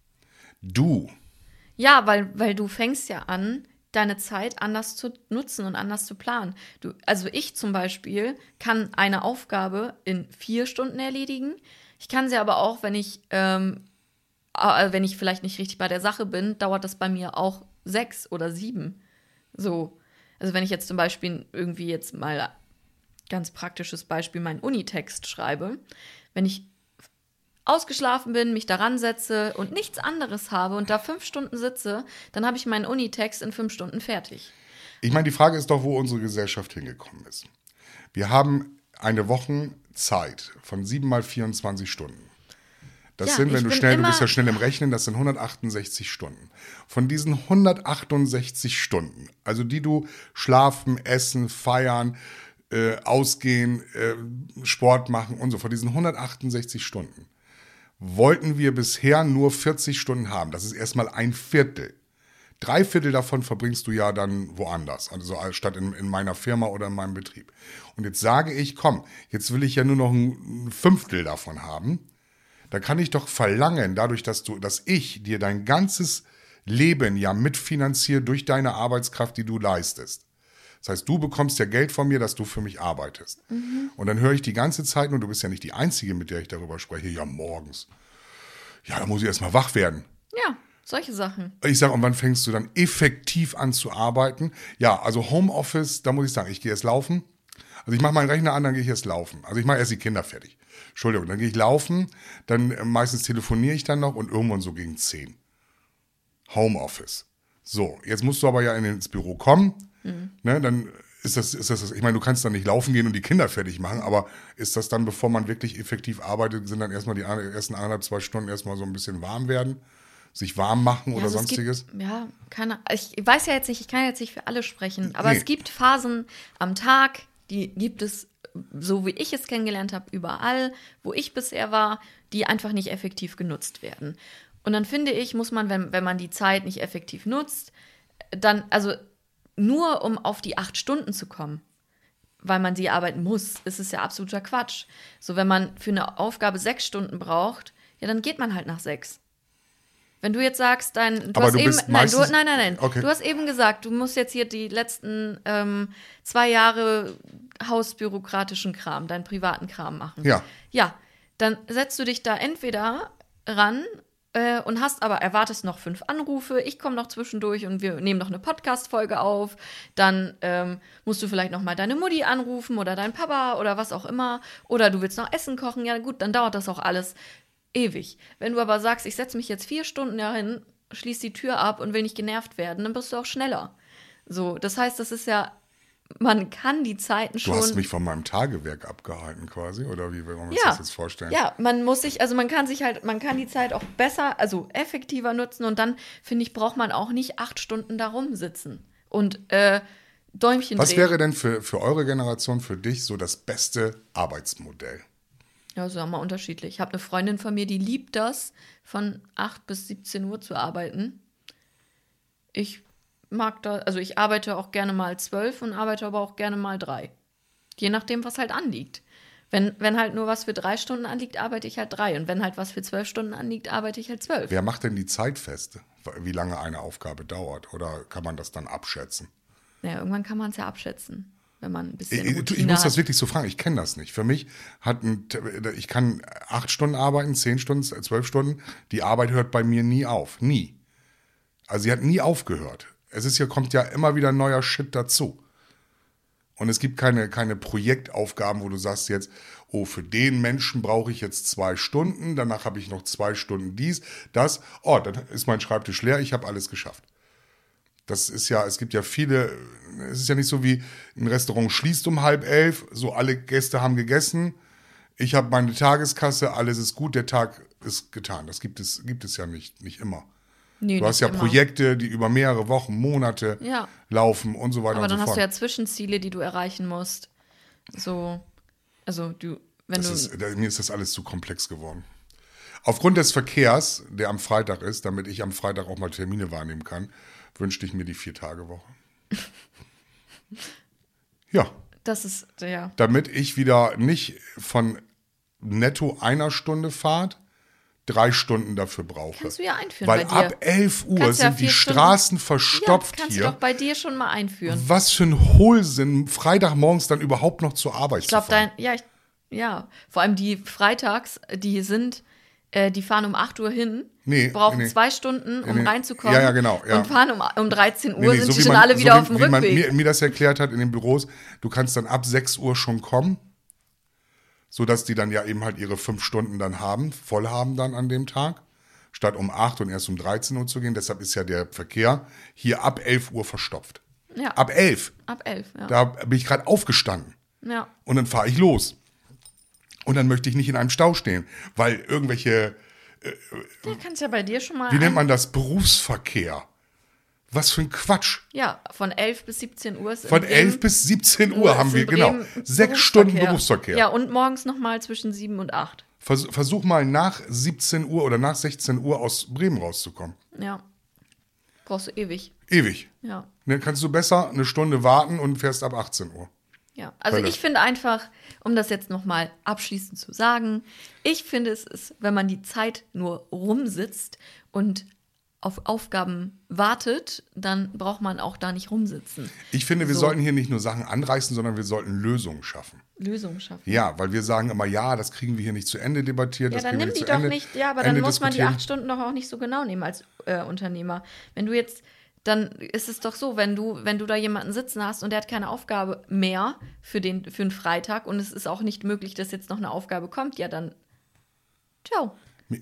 Du. Ja, weil, weil du fängst ja an, deine Zeit anders zu nutzen und anders zu planen. Du, also ich zum Beispiel kann eine Aufgabe in vier Stunden erledigen. Ich kann sie aber auch, wenn ich, ähm, äh, wenn ich vielleicht nicht richtig bei der Sache bin, dauert das bei mir auch sechs oder sieben. So. Also wenn ich jetzt zum Beispiel irgendwie jetzt mal ganz praktisches Beispiel meinen Unitext schreibe, wenn ich ausgeschlafen bin, mich daran setze und nichts anderes habe und da fünf Stunden sitze, dann habe ich meinen Unitext in fünf Stunden fertig. Ich meine, die Frage ist doch, wo unsere Gesellschaft hingekommen ist. Wir haben eine Wochenzeit von sieben mal vierundzwanzig Stunden. Das Ja, sind, wenn ich du bin schnell, du immer- bist ja schnell im Rechnen, das sind hundertachtundsechzig Stunden. Von diesen hundertachtundsechzig Stunden, also die du schlafen, essen, feiern, äh, ausgehen, äh, Sport machen und so, von diesen hundertachtundsechzig Stunden wollten wir bisher nur vierzig Stunden haben. Das ist erstmal ein Viertel. Drei Viertel davon verbringst du ja dann woanders, also statt in, in meiner Firma oder in meinem Betrieb. Und jetzt sage ich, komm, jetzt will ich ja nur noch ein Fünftel davon haben. Da kann ich doch verlangen, dadurch, dass du, dass ich dir dein ganzes Leben ja mitfinanziere durch deine Arbeitskraft, die du leistest. Das heißt, du bekommst ja Geld von mir, dass du für mich arbeitest. Mhm. Und dann höre ich die ganze Zeit, und du bist ja nicht die Einzige, mit der ich darüber spreche, ja morgens. Ja, da muss ich erst mal wach werden. Ja, solche Sachen. Ich sage, und wann fängst du dann effektiv an zu arbeiten? Ja, also Homeoffice, da muss ich sagen, ich gehe erst laufen. Also ich mache meinen Rechner an, dann gehe ich erst laufen. Also ich mache erst die Kinder fertig. Entschuldigung, dann gehe ich laufen, dann äh, meistens telefoniere ich dann noch und irgendwann so gegen zehn. Homeoffice. So, jetzt musst du aber ja in, ins Büro kommen. Mhm. Ne, dann ist das, ist das, ich meine, du kannst dann nicht laufen gehen und die Kinder fertig machen, aber ist das dann, bevor man wirklich effektiv arbeitet, sind dann erstmal die ersten eineinhalb, zwei Stunden erstmal so ein bisschen warm werden, sich warm machen Ja, oder also es sonstiges? Gibt, ja, keine, ich weiß ja jetzt nicht, ich kann jetzt nicht für alle sprechen, aber Nee. es gibt Phasen am Tag, die gibt es, so wie ich es kennengelernt habe, überall, wo ich bisher war, die einfach nicht effektiv genutzt werden. Und dann finde ich, muss man, wenn, wenn man die Zeit nicht effektiv nutzt, dann, also nur um auf die acht Stunden zu kommen, weil man sie arbeiten muss, ist es ja absoluter Quatsch. So, wenn man für eine Aufgabe sechs Stunden braucht, ja, dann geht man halt nach sechs. Wenn du jetzt sagst, dein, du Aber hast du eben, bist nein, du, meistens- nein, nein, nein, Okay. du hast eben gesagt, du musst jetzt hier die letzten ähm, zwei Jahre hausbürokratischen Kram, deinen privaten Kram machen. Ja. Ja, dann setzt du dich da entweder ran äh, und hast aber, erwartest noch fünf Anrufe, ich komme noch zwischendurch und wir nehmen noch eine Podcast-Folge auf, dann ähm, musst du vielleicht noch mal deine Mutti anrufen oder dein Papa oder was auch immer, oder du willst noch Essen kochen, ja gut, dann dauert das auch alles ewig. Wenn du aber sagst, ich setze mich jetzt vier Stunden dahin, schließ die Tür ab und will nicht genervt werden, dann bist du auch schneller. So, das heißt, das ist ja, man kann die Zeiten Du schon. hast mich von meinem Tagewerk abgehalten quasi, oder wie will man sich ja, das jetzt vorstellen? ja, man muss sich, also man kann sich halt, man kann die Zeit auch besser, also effektiver nutzen und dann, finde ich, braucht man auch nicht acht Stunden da rumsitzen und äh, Däumchen Was drehen. wäre denn für, für eure Generation, für dich so das beste Arbeitsmodell? Ja, so haben wir unterschiedlich. Ich habe eine Freundin von mir, die liebt das, von acht bis siebzehn Uhr zu arbeiten. Ich mag da, also ich arbeite auch gerne mal zwölf und arbeite aber auch gerne mal drei. Je nachdem, was halt anliegt. Wenn, wenn halt nur was für drei Stunden anliegt, arbeite ich halt drei. Und wenn halt was für zwölf Stunden anliegt, arbeite ich halt zwölf. Wer macht denn die Zeit fest, wie lange eine Aufgabe dauert? Oder kann man das dann abschätzen? Ja, irgendwann kann man es ja abschätzen, wenn man ein bisschen Ich, Routine ich muss hat. das wirklich so fragen, ich kenne das nicht. Für mich hat ein, ich kann acht Stunden arbeiten, zehn Stunden, zwölf Stunden. Die Arbeit hört bei mir nie auf. Nie. Also sie hat nie aufgehört. Es ist ja, kommt ja immer wieder neuer Shit dazu. Und es gibt keine, keine Projektaufgaben, wo du sagst jetzt, oh, für den Menschen brauche ich jetzt zwei Stunden, danach habe ich noch zwei Stunden dies, das. Oh, dann ist mein Schreibtisch leer, ich habe alles geschafft. Das ist ja, es gibt ja viele, es ist ja nicht so wie ein Restaurant schließt um halb elf, so alle Gäste haben gegessen, ich habe meine Tageskasse, alles ist gut, der Tag ist getan. Das gibt es, gibt es ja nicht, nicht immer. Nee, Du hast nicht ja immer. Projekte, die über mehrere Wochen, Monate Ja. laufen und so weiter Aber und so dann hast fort. du ja Zwischenziele, die du erreichen musst. So, also du, wenn Das du. ist, da- mir ist das alles zu komplex geworden. Aufgrund des Verkehrs, der am Freitag ist, damit ich am Freitag auch mal Termine wahrnehmen kann, wünschte ich mir die Vier-Tage-Woche. Ja, Das ist, ja. damit ich wieder nicht von netto einer Stunde Fahrt drei Stunden dafür brauche. Kannst du ja einführen Weil bei dir. ab elf Uhr Kannst du ja sind die vier Stunden- Straßen Ja, verstopft kannst hier. du doch bei dir schon mal einführen. Was für ein Hohlsinn, Freitagmorgens dann überhaupt noch zur Arbeit Ich glaube, zu fahren. dein, ja, ich, ja, vor allem die Freitags, die sind, äh, die fahren um acht Uhr hin, Nee, brauchen nee. zwei Stunden, um Nee, nee. reinzukommen. Ja, ja, genau, ja. Und fahren um, um dreizehn Uhr, Nee, nee, sind so die wie schon man- alle wieder so auf dem wie, wie man Rückweg. mir, mir das erklärt hat in den Büros, du kannst dann ab sechs Uhr schon kommen, sodass die dann ja eben halt ihre fünf Stunden dann haben, voll haben dann an dem Tag, statt um acht und erst um dreizehn Uhr zu gehen. Deshalb ist ja der Verkehr hier ab elf Uhr verstopft. Ja, Ab elf, ab elf, ja. da bin ich gerade aufgestanden ja. und dann fahre ich los. Und dann möchte ich nicht in einem Stau stehen, weil irgendwelche, Da kannst ja bei dir schon mal. wie nennt ein- man das, Berufsverkehr. Was für ein Quatsch. Ja, von elf bis siebzehn Uhr ist in Von Bremen- elf bis siebzehn Uhr haben ist wir, in genau, Bremen sechs Stunden Berufsverkehr. Ja, und morgens nochmal zwischen sieben und acht. Vers versuch mal nach siebzehn Uhr oder nach sechzehn Uhr aus Bremen rauszukommen. Ja. Brauchst du ewig. Ewig. Ja. Dann kannst du besser eine Stunde warten und fährst ab achtzehn Uhr. Ja, also Hölle. ich finde einfach, um das jetzt nochmal abschließend zu sagen, ich finde es ist, wenn man die Zeit nur rumsitzt und auf Aufgaben wartet, dann braucht man auch da nicht rumsitzen. Ich finde, wir So. sollten hier nicht nur Sachen anreißen, sondern wir sollten Lösungen schaffen. Lösungen schaffen. Ja, weil wir sagen immer, ja, das kriegen wir hier nicht zu Ende debattiert. Ja, das dann kriegen wir nimm die zu doch Ende, nicht, ja, aber Ende dann muss man die diskutieren. acht Stunden doch auch nicht so genau nehmen als äh, Unternehmer. Wenn du jetzt, dann ist es doch so, wenn du, wenn du da jemanden sitzen hast und der hat keine Aufgabe mehr für den, für den Freitag und es ist auch nicht möglich, dass jetzt noch eine Aufgabe kommt, ja dann, ciao.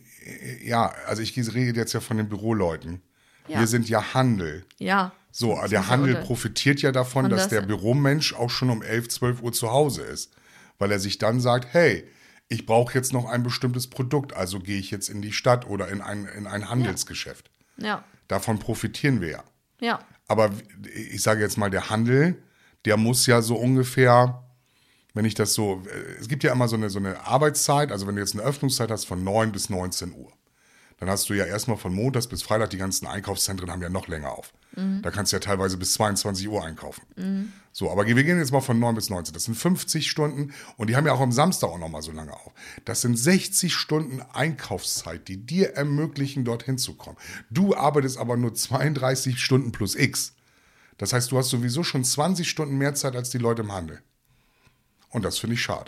Ja, also ich rede jetzt ja von den Büroleuten. Ja. Wir sind ja Handel. Ja. So, Das der muss ja Handel unter- profitiert ja davon, Von dass das- der Büromensch auch schon um elf, zwölf Uhr zu Hause ist. Weil er sich dann sagt, hey, ich brauche jetzt noch ein bestimmtes Produkt, also gehe ich jetzt in die Stadt oder in ein, in ein Handelsgeschäft. Ja, Davon profitieren wir ja. ja. Aber ich sage jetzt mal, der Handel, der muss ja so ungefähr, wenn ich das so, es gibt ja immer so eine, so eine Arbeitszeit, also wenn du jetzt eine Öffnungszeit hast von neun bis neunzehn Uhr, dann hast du ja erstmal von Montags bis Freitag, die ganzen Einkaufszentren haben ja noch länger auf. Da kannst du ja teilweise bis zweiundzwanzig Uhr einkaufen. So, aber wir gehen jetzt mal von neun bis neunzehn. Das sind fünfzig Stunden und die haben ja auch am Samstag auch noch mal so lange auf. Das sind sechzig Stunden Einkaufszeit, die dir ermöglichen, dorthin zu kommen. Du arbeitest aber nur zweiunddreißig Stunden plus X. Das heißt, du hast sowieso schon zwanzig Stunden mehr Zeit als die Leute im Handel. Und das finde ich schade.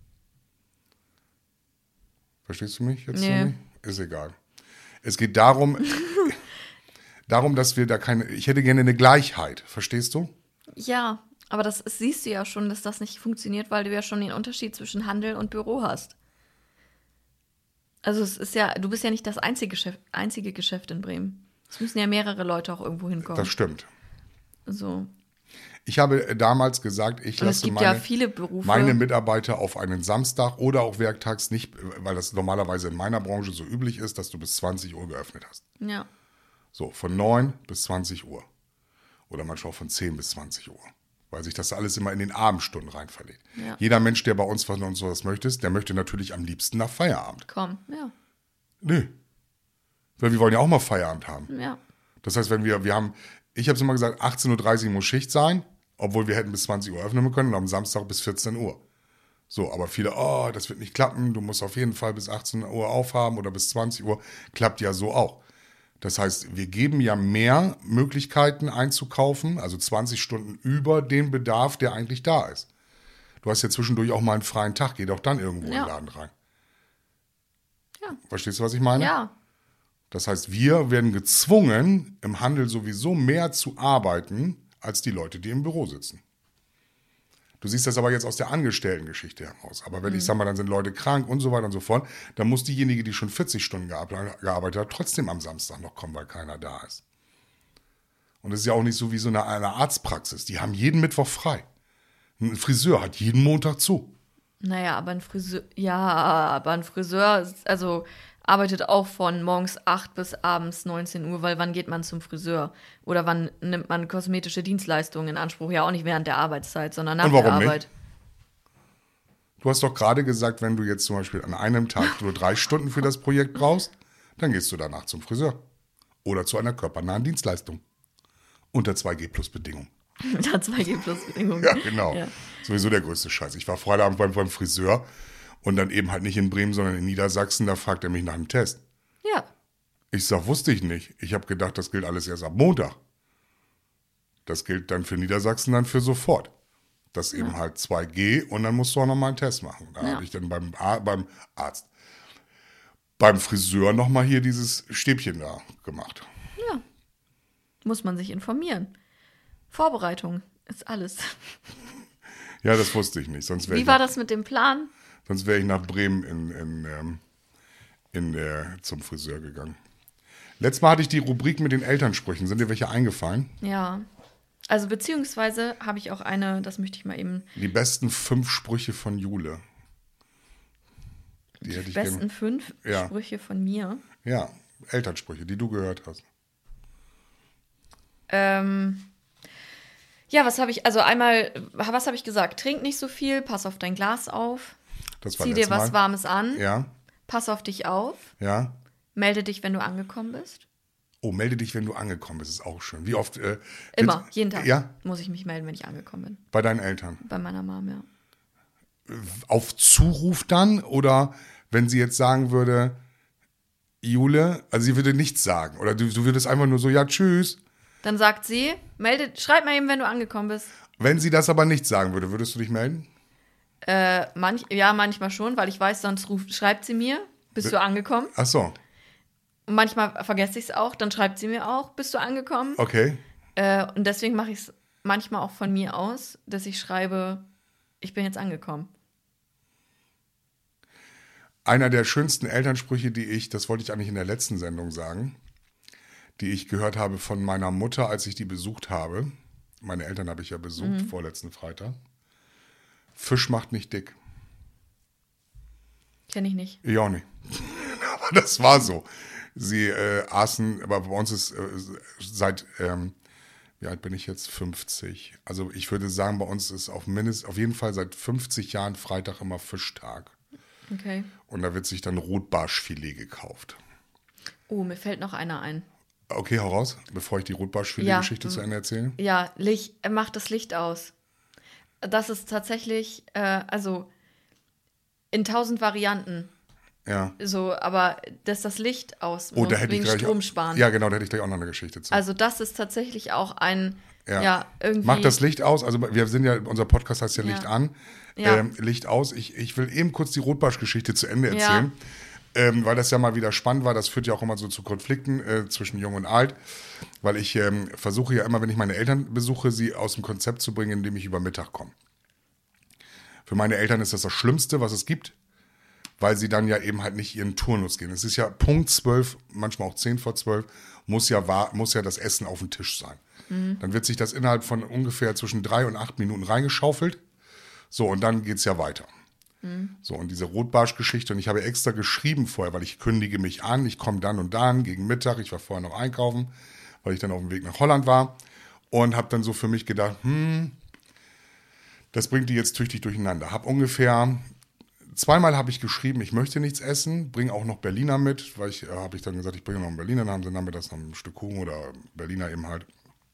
Verstehst du mich jetzt? Nee. So nicht? Ist egal. Es geht darum, darum, dass wir da keine, ich hätte gerne eine Gleichheit. Verstehst du? Ja, aber das ist, siehst du ja schon, dass das nicht funktioniert, weil du ja schon den Unterschied zwischen Handel und Büro hast. Also es ist ja, du bist ja nicht das einzige Geschäft, einzige Geschäft in Bremen. Es müssen ja mehrere Leute auch irgendwo hinkommen. Das stimmt. So. Ich habe damals gesagt, ich Und es lasse gibt meine, ja viele Berufe. meine Mitarbeiter auf einen Samstag oder auch werktags nicht, weil das normalerweise in meiner Branche so üblich ist, dass du bis zwanzig Uhr geöffnet hast. Ja. So, von neun bis zwanzig Uhr. Oder manchmal auch von zehn bis zwanzig Uhr. weil sich das alles immer in den Abendstunden rein verlegt. Ja. Jeder Mensch, der bei uns von uns sowas möchte, der möchte natürlich am liebsten nach Feierabend. Komm, ja. Nö. Weil wir wollen ja auch mal Feierabend haben. Ja. Das heißt, wenn wir, wir haben, ich habe es immer gesagt, achtzehn Uhr dreißig muss Schicht sein, obwohl wir hätten bis zwanzig Uhr öffnen können und am Samstag bis vierzehn Uhr. So, aber viele, oh, das wird nicht klappen, du musst auf jeden Fall bis achtzehn Uhr aufhaben oder bis zwanzig Uhr. Klappt ja so auch. Das heißt, wir geben ja mehr Möglichkeiten einzukaufen, also zwanzig Stunden über den Bedarf, der eigentlich da ist. Du hast ja zwischendurch auch mal einen freien Tag, geh doch dann irgendwo Ja. in den Laden rein. Ja. Verstehst du, was ich meine? Ja. Das heißt, wir werden gezwungen, im Handel sowieso mehr zu arbeiten, als die Leute, die im Büro sitzen. Du siehst das aber jetzt aus der Angestellten-Geschichte heraus. Aber wenn Mhm. ich sage mal, dann sind Leute krank und so weiter und so fort, dann muss diejenige, die schon vierzig Stunden gearbeitet hat, trotzdem am Samstag noch kommen, weil keiner da ist. Und es ist ja auch nicht so wie so eine, eine Arztpraxis. Die haben jeden Mittwoch frei. Ein Friseur hat jeden Montag zu. Naja, aber ein Friseur, ja, aber ein Friseur, also arbeitet auch von morgens acht bis abends neunzehn Uhr, weil wann geht man zum Friseur? Oder wann nimmt man kosmetische Dienstleistungen in Anspruch? Ja, auch nicht während der Arbeitszeit, sondern nach Und warum der nicht? Arbeit. Du hast doch gerade gesagt, wenn du jetzt zum Beispiel an einem Tag nur drei Stunden für das Projekt brauchst, dann gehst du danach zum Friseur. Oder zu einer körpernahen Dienstleistung. Unter zwei G Plus Bedingungen. Da zwei G Plus Bedingungen. Ja, genau. Ja. Sowieso der größte Scheiß. Ich war Freitagabend beim, beim Friseur und dann eben halt nicht in Bremen, sondern in Niedersachsen. Da fragt er mich nach einem Test. Ja. Ich sag, wusste ich nicht. Ich habe gedacht, das gilt alles erst ab Montag. Das gilt dann für Niedersachsen dann für sofort. Das eben halt zwei G und dann musst du auch nochmal einen Test machen. Da Ja. habe ich dann beim, Ar- beim Arzt, beim Friseur nochmal hier dieses Stäbchen da gemacht. Ja. Muss man sich informieren. Vorbereitung ist alles. Ja, das wusste ich nicht. Sonst wäre Wie ich, war nach- das mit dem Plan? sonst wär ich nach Bremen in, in, ähm, in, äh, zum Friseur gegangen. Letztes Mal hatte ich die Rubrik mit den Elternsprüchen. Sind dir welche eingefallen? Ja. Also beziehungsweise habe ich auch eine, das möchte ich mal eben, Die besten fünf Sprüche von Jule. Die hätte ich besten gerne. fünf Ja. Sprüche von mir. Ja, Elternsprüche, die du gehört hast. Ähm, ja, was habe ich, also einmal, was habe ich gesagt? Trink nicht so viel, pass auf dein Glas auf, Das war zieh dir letztes was Mal. Warmes an, Ja, pass auf dich auf, ja. melde dich, wenn du angekommen bist. Oh, melde dich, wenn du angekommen bist, ist auch schön. Wie oft? Äh, Immer, willst- jeden Tag Ja, muss ich mich melden, wenn ich angekommen bin. bei deinen Eltern. Bei meiner Mom, ja. Auf Zuruf dann? Oder wenn sie jetzt sagen würde, Jule, also sie würde nichts sagen. Oder du, du würdest einfach nur so, ja, tschüss. Dann sagt sie, melde, schreib mal eben, wenn du angekommen bist. Wenn sie das aber nicht sagen würde, würdest du dich melden? Äh, manch, ja, manchmal schon, weil ich weiß, sonst ruft, schreibt sie mir, bist du angekommen? Ach so, Und manchmal vergesse ich es auch, dann schreibt sie mir auch, bist du angekommen? okay. Äh, und deswegen mache ich es manchmal auch von mir aus, dass ich schreibe, ich bin jetzt angekommen. Einer der schönsten Elternsprüche, die ich, das wollte ich eigentlich in der letzten Sendung sagen, die ich gehört habe von meiner Mutter, als ich die besucht habe. Meine Eltern habe ich ja besucht, vorletzten Freitag. Fisch macht nicht dick. Kenne ich nicht. Ich auch nicht. Aber das war so. Sie äh, aßen, aber bei uns ist äh, seit, ähm, wie alt bin ich jetzt? fünfzig. Also ich würde sagen, bei uns ist auf, mindest, auf jeden Fall seit fünfzig Jahren Freitag immer Fischtag. Okay. Und da wird sich dann Rotbarschfilet gekauft. Oh, mir fällt noch einer ein. Okay, hau raus, bevor ich die Rotbarschfilet-Geschichte Ja. zu Ende erzähle. Ja, Licht, er macht das Licht aus. Das ist tatsächlich, äh, also in tausend Varianten. Ja. So, aber dass das Licht aus Oh, muss, da hätte ich wegen gleich. Strom sparen. Ja, genau, da hätte ich gleich auch noch eine Geschichte zu. Also das ist tatsächlich auch ein, Ja. ja, irgendwie. Mach das Licht aus. Also wir sind ja, unser Podcast heißt ja, Ja. Licht an. Ja. Ähm, Licht aus. Ich, ich will eben kurz die Rotbarsch-Geschichte zu Ende Ja. erzählen. Ähm, weil das ja mal wieder spannend war. Das führt ja auch immer so zu Konflikten äh, zwischen Jung und Alt. Weil ich ähm, versuche ja immer, wenn ich meine Eltern besuche, sie aus dem Konzept zu bringen, indem ich über Mittag komme. Für meine Eltern ist das das Schlimmste, was es gibt. Weil sie dann ja eben halt nicht ihren Turnus gehen. Es ist ja Punkt zwölf, manchmal auch zehn vor zwölf, muss ja, war, muss ja das Essen auf dem Tisch sein. Dann wird sich das innerhalb von ungefähr zwischen drei und acht Minuten reingeschaufelt. So, und dann geht's ja weiter. So, und diese Rotbarsch-Geschichte, und ich habe extra geschrieben vorher, weil ich kündige mich an, ich komme dann und dann gegen Mittag, ich war vorher noch einkaufen, weil ich dann auf dem Weg nach Holland war und habe dann so für mich gedacht, hm, Das bringt die jetzt tüchtig durcheinander. Hab ungefähr, zweimal habe ich geschrieben, ich möchte nichts essen, bringe auch noch Berliner mit, weil ich, äh, habe ich dann gesagt, ich bringe noch einen Berliner, dann haben sie nachmittags noch ein Stück Kuchen oder Berliner eben halt.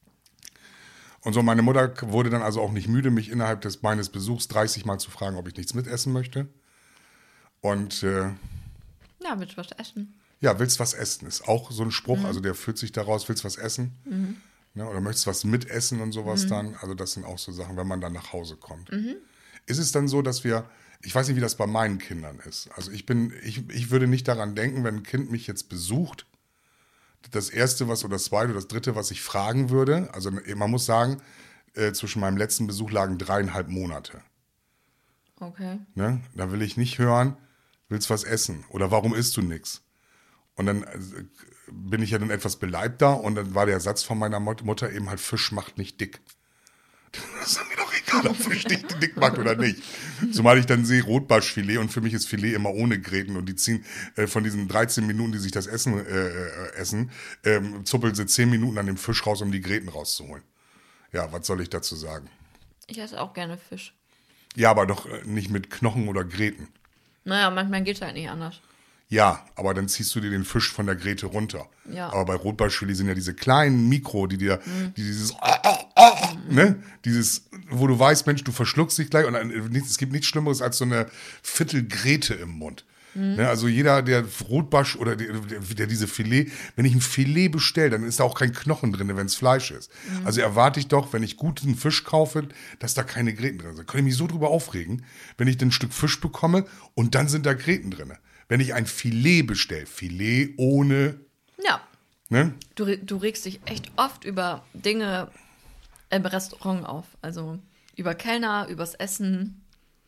Und so, meine Mutter wurde dann also auch nicht müde, mich innerhalb des meines Besuchs dreißig Mal zu fragen, ob ich nichts mitessen möchte. Und äh, Ja, willst du was essen? ja, willst was essen, ist auch so ein Spruch, mhm. also der führt sich daraus, willst was essen? Mhm. Ne, oder möchtest was mitessen und sowas mhm. dann? Also das sind auch so Sachen, wenn man dann nach Hause kommt. Mhm. Ist es dann so, dass wir, ich weiß nicht, wie das bei meinen Kindern ist. Also ich bin, ich, ich würde nicht daran denken, wenn ein Kind mich jetzt besucht, das erste, was oder das zweite oder das dritte, was ich fragen würde, also man muss sagen, äh, zwischen meinem letzten Besuch lagen dreieinhalb Monate. Okay. Ne? Da will ich nicht hören, willst was essen oder warum isst du nichts? Und dann äh, bin ich ja dann etwas beleibter und dann war der Satz von meiner Mutter eben halt, Fisch macht nicht dick. Das ist mir doch egal, ob Fisch nicht dick macht oder nicht. Zumal ich dann sehe Rotbarschfilet und für mich ist Filet immer ohne Gräten und die ziehen äh, von diesen dreizehn Minuten, die sich das Essen äh, äh, essen, ähm, zuppeln sie zehn Minuten an dem Fisch raus, um die Gräten rauszuholen. Ja, was soll ich dazu sagen? Ich esse auch gerne Fisch. Ja, aber doch äh, nicht mit Knochen oder Gräten. Naja, manchmal geht es halt nicht anders. Ja, aber dann ziehst du dir den Fisch von der Gräte runter. Ja. Aber bei Rotbarschfilet sind ja diese kleinen Mikro, die dir, mhm. die dieses, ah, ah, ah, ne, dieses, wo du weißt, Mensch, du verschluckst dich gleich und dann, es gibt nichts Schlimmeres als so eine Viertelgräte im Mund. Mhm. Ne, also jeder, der Rotbarsch oder der, der diese Filet, wenn ich ein Filet bestelle, dann ist da auch kein Knochen drin, wenn es Fleisch ist. Mhm. Also erwarte ich doch, wenn ich guten Fisch kaufe, dass da keine Gräten drin sind. Da kann ich mich so drüber aufregen, wenn ich dann ein Stück Fisch bekomme und dann sind da Gräten drin. Wenn ich ein Filet bestelle, Filet ohne... Ja. Ne? Du, du regst dich echt oft über Dinge im Restaurant auf. Also über Kellner, übers Essen.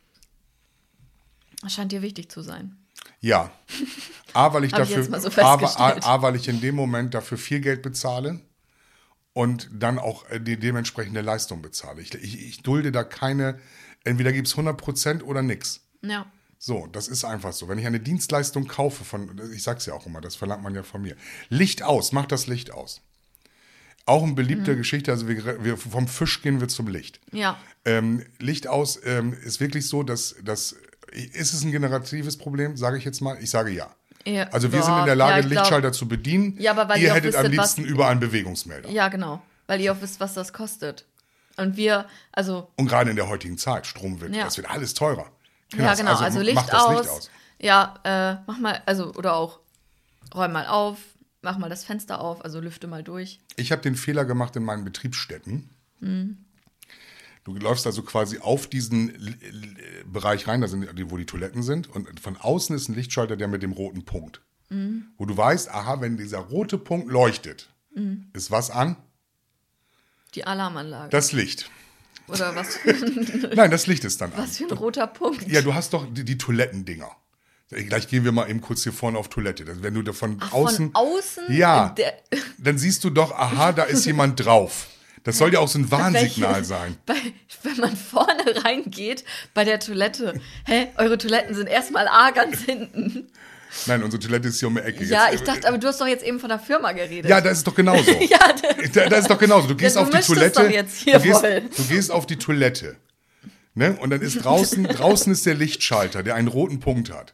Das scheint dir wichtig zu sein. Ja. A, weil ich Hab dafür... ich jetzt mal so A, A, festgestellt. A, weil ich in dem Moment dafür viel Geld bezahle und dann auch die dementsprechende Leistung bezahle. Ich, ich, ich dulde da keine... Entweder gibt es hundert Prozent oder nix. Ja. So, das ist einfach so. Wenn ich eine Dienstleistung kaufe, von, ich sag's ja auch immer, das verlangt man ja von mir. Licht aus, mach das Licht aus. Auch eine beliebte mhm. Geschichte, also wir, wir, vom Fisch gehen wir zum Licht. Ja. Ähm, Licht aus ähm, ist wirklich so, dass, dass, ist es ein generatives Problem, sage ich jetzt mal? Ich sage ja. ja also wir ja, sind in der Lage, ja, glaub, Lichtschalter zu bedienen. Ja, aber weil ihr ihr hättet wisst, am liebsten was, überall einen Bewegungsmelder. Ja, genau. Weil ihr auch wisst, was das kostet. Und wir, also... Und gerade in der heutigen Zeit, Strom wird, ja. das wird alles teurer. Ja, genau, also, also Licht, mach das aus, Licht aus. Ja, äh, mach mal, also, oder auch räum mal auf, mach mal das Fenster auf, also lüfte mal durch. Ich habe den Fehler gemacht in meinen Betriebsstätten. Mhm. Du läufst also quasi auf diesen Bereich rein, da sind, wo die Toiletten sind, und von außen ist ein Lichtschalter, der mit dem roten Punkt. Mhm. Wo du weißt, aha, wenn dieser rote Punkt leuchtet, mhm. ist was an? Die Alarmanlage. Das Licht. Oder was für ein... Nein, das Licht ist dann an. Was für ein roter Punkt. Ja, du hast doch die, die Toilettendinger. Gleich gehen wir mal eben kurz hier vorne auf Toilette. Wenn du da von Ach, außen... Von außen? Ja, dann siehst du doch, aha, da ist jemand drauf. Das soll ja auch so ein Warnsignal Welche, sein. Bei, wenn man vorne reingeht bei der Toilette, hä, eure Toiletten sind erstmal A ganz hinten. Nein, unsere Toilette ist hier um die Ecke. Ja, jetzt, ich dachte, aber du hast doch jetzt eben von der Firma geredet. Ja, das ist doch genauso. ja, das, das ist doch genauso. Du gehst ja, du auf die Toilette. Doch jetzt hier du, gehst, voll. du gehst auf die Toilette. Ne? Und dann ist draußen, draußen ist der Lichtschalter, der einen roten Punkt hat.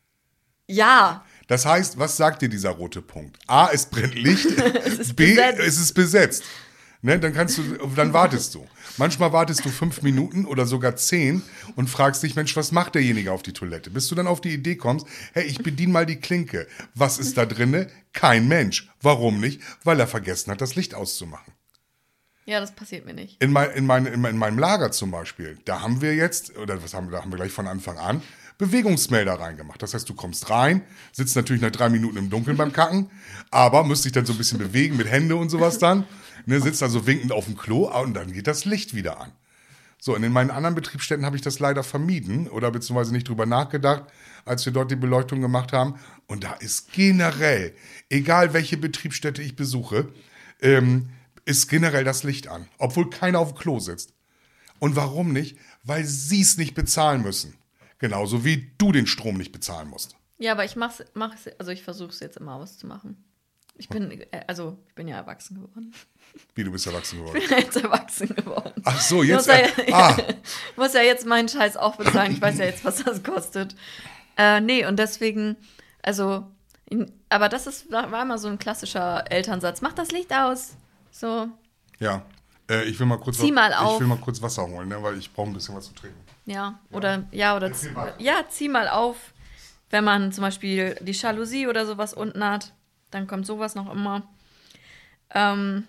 Ja. Das heißt, was sagt dir dieser rote Punkt? A, es brennt Licht. es ist B, besetzt. es ist besetzt. Ne, dann kannst du, dann wartest du. Manchmal wartest du fünf Minuten oder sogar zehn und fragst dich, Mensch, was macht derjenige auf die Toilette? Bis du dann auf die Idee kommst, hey, ich bediene mal die Klinke. Was ist da drinne? Kein Mensch. Warum nicht? Weil er vergessen hat, das Licht auszumachen. Ja, das passiert mir nicht. In, mein, in, mein, in, mein, in meinem Lager zum Beispiel, da haben wir jetzt, oder was haben wir, da haben wir gleich von Anfang an, Bewegungsmelder reingemacht. Das heißt, du kommst rein, sitzt natürlich nach drei Minuten im Dunkeln beim Kacken, aber müsst dich dann so ein bisschen bewegen mit Hände und sowas dann. Ne, sitzt also winkend auf dem Klo und dann geht das Licht wieder an. So, und in meinen anderen Betriebsstätten habe ich das leider vermieden oder beziehungsweise nicht drüber nachgedacht, als wir dort die Beleuchtung gemacht haben. Und da ist generell, egal welche Betriebsstätte ich besuche, ähm, ist generell das Licht an, obwohl keiner auf dem Klo sitzt. Und warum nicht? Weil sie es nicht bezahlen müssen. Genauso wie du den Strom nicht bezahlen musst. Ja, aber ich mach's, mach's also ich versuche es jetzt immer auszumachen. Ich bin, äh, also, ich bin ja erwachsen geworden. Wie, du bist erwachsen geworden? Ich bin jetzt erwachsen geworden. Ach so, jetzt. Muss ja, Äh, ah. muss ja jetzt meinen Scheiß auch bezahlen. Ich weiß ja jetzt, was das kostet. Äh, nee, und deswegen, also, in, aber das ist, war immer so ein klassischer Elternsatz. Mach das Licht aus. So. Ja, äh, ich will mal kurz, Zieh mal ich auf. will mal kurz Wasser holen, ne, weil ich brauche ein bisschen was zu trinken. Ja, oder, ja, oder, Erzähl mal. ja, zieh mal auf. Wenn man zum Beispiel die Jalousie oder sowas unten hat, dann kommt sowas noch immer. Ähm,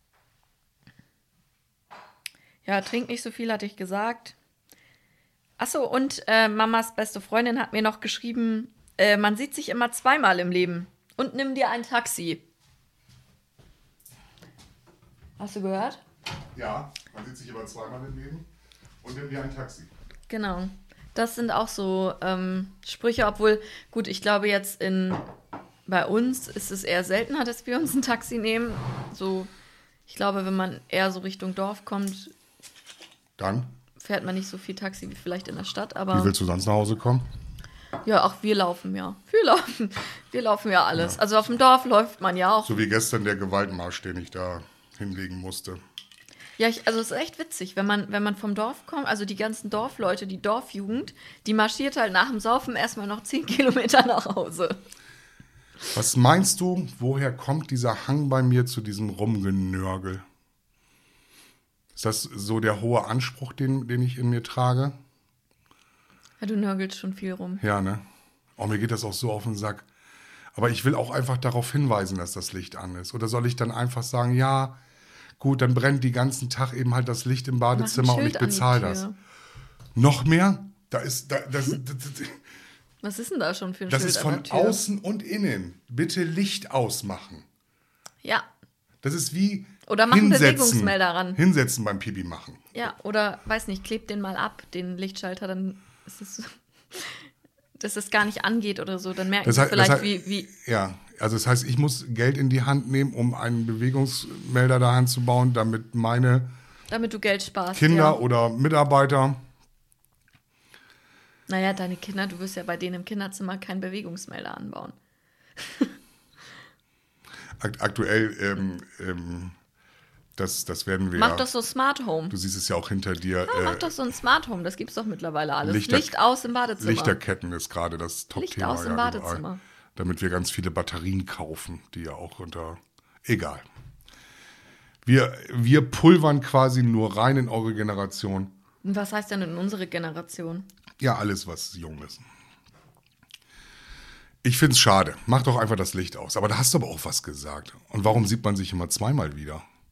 ja, trink nicht so viel, hatte ich gesagt. Achso, und äh, Mamas beste Freundin hat mir noch geschrieben, äh, man sieht sich immer zweimal im Leben. Und nimm dir ein Taxi. Hast du gehört? Ja, man sieht sich immer zweimal im Leben und nimmt dir ein Taxi. Genau. Das sind auch so ähm, Sprüche, obwohl, gut, ich glaube jetzt in, bei uns ist es eher seltener, dass wir uns ein Taxi nehmen. So, ich glaube, wenn man eher so Richtung Dorf kommt, Dann? fährt man nicht so viel Taxi wie vielleicht in der Stadt, Wie aber willst du sonst nach Hause kommen? ja, auch wir laufen ja. Wir laufen, wir laufen ja alles. Ja. Also auf dem Dorf läuft man ja auch. So wie gestern der Gewaltmarsch, den ich da hinlegen musste. Ja, ich, also es ist echt witzig, wenn man, wenn man vom Dorf kommt, also die ganzen Dorfleute, die Dorfjugend, die marschiert halt nach dem Saufen erstmal noch zehn Kilometer nach Hause. Was meinst du, woher kommt dieser Hang bei mir zu diesem Rumgenörgel? Ist das so der hohe Anspruch, den, den ich in mir trage? Ja, du nörgelst schon viel rum. Ja, ne? Oh, mir geht das auch so auf den Sack. Aber ich will auch einfach darauf hinweisen, dass das Licht an ist. Oder soll ich dann einfach sagen, ja, gut, dann brennt die ganzen Tag eben halt das Licht im Badezimmer und ich bezahle das. Noch mehr? Da ist, da, das, das, das, Was ist denn da schon für ein das Schild ist an von der Tür? außen und innen. Bitte Licht ausmachen. Ja. Das ist wie Oder mach einen hinsetzen. Bewegungsmelder ran. Hinsetzen beim Pipi machen. Ja, oder, weiß nicht, klebt den mal ab, den Lichtschalter, dann ist es, dass es gar nicht angeht oder so. Dann merken Das sie heißt- vielleicht, das heißt- wie, wie, Ja, also das heißt, ich muss Geld in die Hand nehmen, um einen Bewegungsmelder daheim zu bauen, damit meine damit du Geld sparst. Kinder ja. oder Mitarbeiter. Naja, deine Kinder, du wirst ja bei denen im Kinderzimmer keinen Bewegungsmelder anbauen. Akt- aktuell, ähm, ähm, das, das werden wir Mach ja. doch so Smart Home. Du siehst es ja auch hinter dir. Ja, mach äh, doch so ein Smart Home, das gibt's doch mittlerweile alles. Lichter- Licht aus im Badezimmer. Lichterketten ist gerade das Top-Thema. Licht aus im ja, Badezimmer. überall. Damit wir ganz viele Batterien kaufen, die ja auch unter. Egal. Wir, wir pulvern quasi nur rein in eure Generation. Und was heißt denn in unsere Generation? Ja, alles, was jung ist. Ich finde es schade. Mach doch einfach das Licht aus. Aber da hast du aber auch was gesagt. Und warum sieht man sich immer zweimal wieder?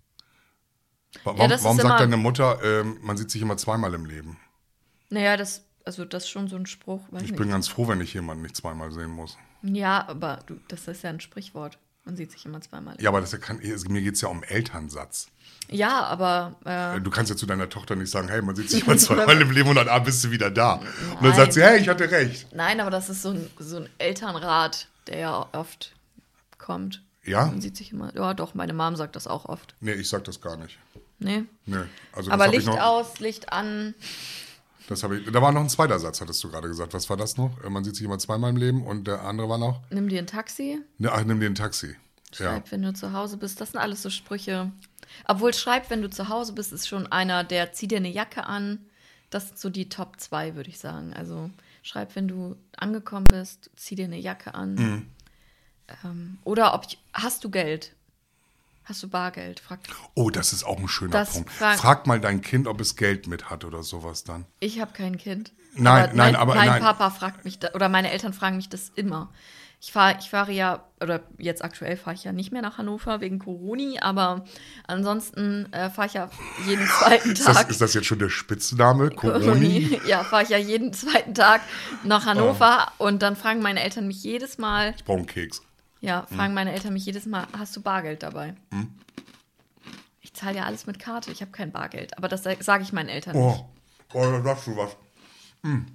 Wa- Warum, das ist warum sagt immer- deine Mutter, ähm, man sieht sich immer zweimal im Leben? Naja, das, also das ist schon so ein Spruch. Weiß Ich nicht. bin ganz froh, wenn ich jemanden nicht zweimal sehen muss. Ja, aber du, das ist ja ein Sprichwort. Man sieht sich immer zweimal. Ja, aber das kann, mir geht es ja um Elternsatz. Ja, aber äh, Du kannst ja zu deiner Tochter nicht sagen, hey, man sieht sich immer zweimal im Leben und dann ah, bist du wieder da. Und dann Nein. sagt sie, hey, ich hatte recht. nein, aber das ist so ein, so ein Elternrat, der ja oft kommt. Ja? Man sieht sich immer. Ja, doch, meine Mom sagt das auch oft. Nee, ich sag das gar nicht. Nee. Nee, also das Aber hab Licht ich noch, aus, Licht an. Das hab ich, da war noch ein zweiter Satz, hattest du gerade gesagt. Was war das noch? Äh, Man sieht sich immer zweimal im Leben und der andere war noch? Nimm dir ein Taxi. Ne, ach, nimm dir ein Taxi. Ja. Schreib, wenn du zu Hause bist. Das sind alles so Sprüche. Obwohl, schreib, wenn du zu Hause bist, ist schon einer, der zieh dir eine Jacke an. Das sind so die Top zwei, würde ich sagen. Also schreib, wenn du angekommen bist, zieh dir eine Jacke an. Mhm. Ähm, oder ob ich, hast du Geld? Hast du Bargeld? Frag, Oh, das ist auch ein schöner Das Punkt. frag- Frag mal dein Kind, ob es Geld mit hat oder sowas dann. ich habe kein Kind. Nein, aber nein, mein, aber mein nein. Papa fragt mich, da, oder meine Eltern fragen mich das immer. Ich fahre ich fahre ja, oder jetzt aktuell fahre ich ja nicht mehr nach Hannover wegen Corona, aber ansonsten äh, fahre ich ja jeden zweiten Ist das, Tag. ist das jetzt schon der Spitzname? Coroni? Ja, fahre ich ja jeden zweiten Tag nach Hannover und dann fragen meine Eltern mich jedes Mal, Ich brauche einen Keks. ja, fragen meine Eltern mich jedes Mal, hast du Bargeld dabei? Ich zahle ja alles mit Karte, ich habe kein Bargeld, aber das sage ich meinen Eltern nicht. Oh, oh da sagst du was. Hm.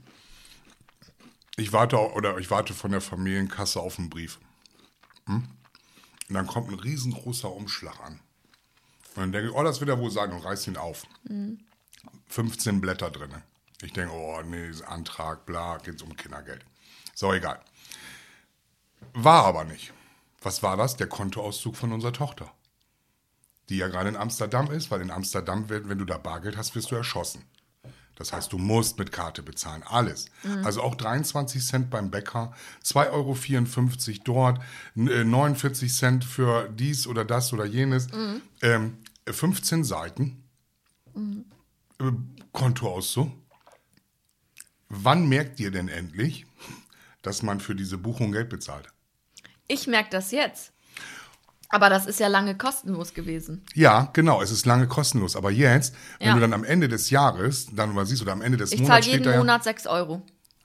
Ich warte au- oder ich warte von der Familienkasse auf einen Brief. Hm? Und dann kommt ein riesengroßer Umschlag an. Und dann denke ich, oh, das wird er wohl sein und reiß ihn auf. fünfzehn Blätter drin. Ich denke, oh nee, dieser Antrag, bla, geht's um Kindergeld. So, egal. War aber nicht. Was war das? Der Kontoauszug von unserer Tochter. Die ja gerade in Amsterdam ist, weil in Amsterdam, wenn du da Bargeld hast, wirst du erschossen. Das heißt, du musst mit Karte bezahlen, alles. Mhm. Also auch dreiundzwanzig Cent beim Bäcker, zwei Euro vierundfünfzig dort, neunundvierzig Cent für dies oder das oder jenes, mhm. ähm, fünfzehn Seiten, mhm. äh, Kontoauszug. Wann merkt ihr denn endlich, dass man für diese Buchung Geld bezahlt? Ich merke das jetzt. Aber das ist ja lange kostenlos gewesen. Ja, genau, es ist lange kostenlos. Aber jetzt, wenn ja. du dann am Ende des Jahres, dann mal siehst, oder am Ende des ich Monats steht da... Ich zahle jeden Monat sechs Euro.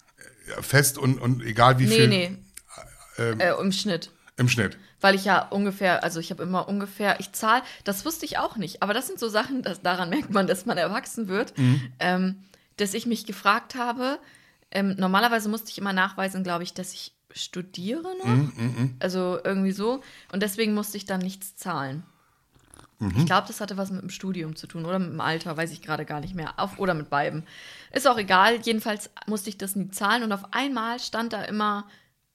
Fest und, und egal wie nee, viel... Nee, nee, äh, äh, im Schnitt. Im Schnitt. Weil ich ja ungefähr, also ich habe immer ungefähr, ich zahle, das wusste ich auch nicht, aber das sind so Sachen, dass, daran merkt man, dass man erwachsen wird, mhm. ähm, dass ich mich gefragt habe, ähm, normalerweise musste ich immer nachweisen, glaube ich, dass ich studiere noch, mm, mm, mm. also irgendwie so. Und deswegen musste ich dann nichts zahlen. Mhm. Ich glaube, das hatte was mit dem Studium zu tun oder mit dem Alter, weiß ich gerade gar nicht mehr. Auf, oder mit beiden. Ist auch egal, jedenfalls musste ich das nie zahlen. Und auf einmal stand da immer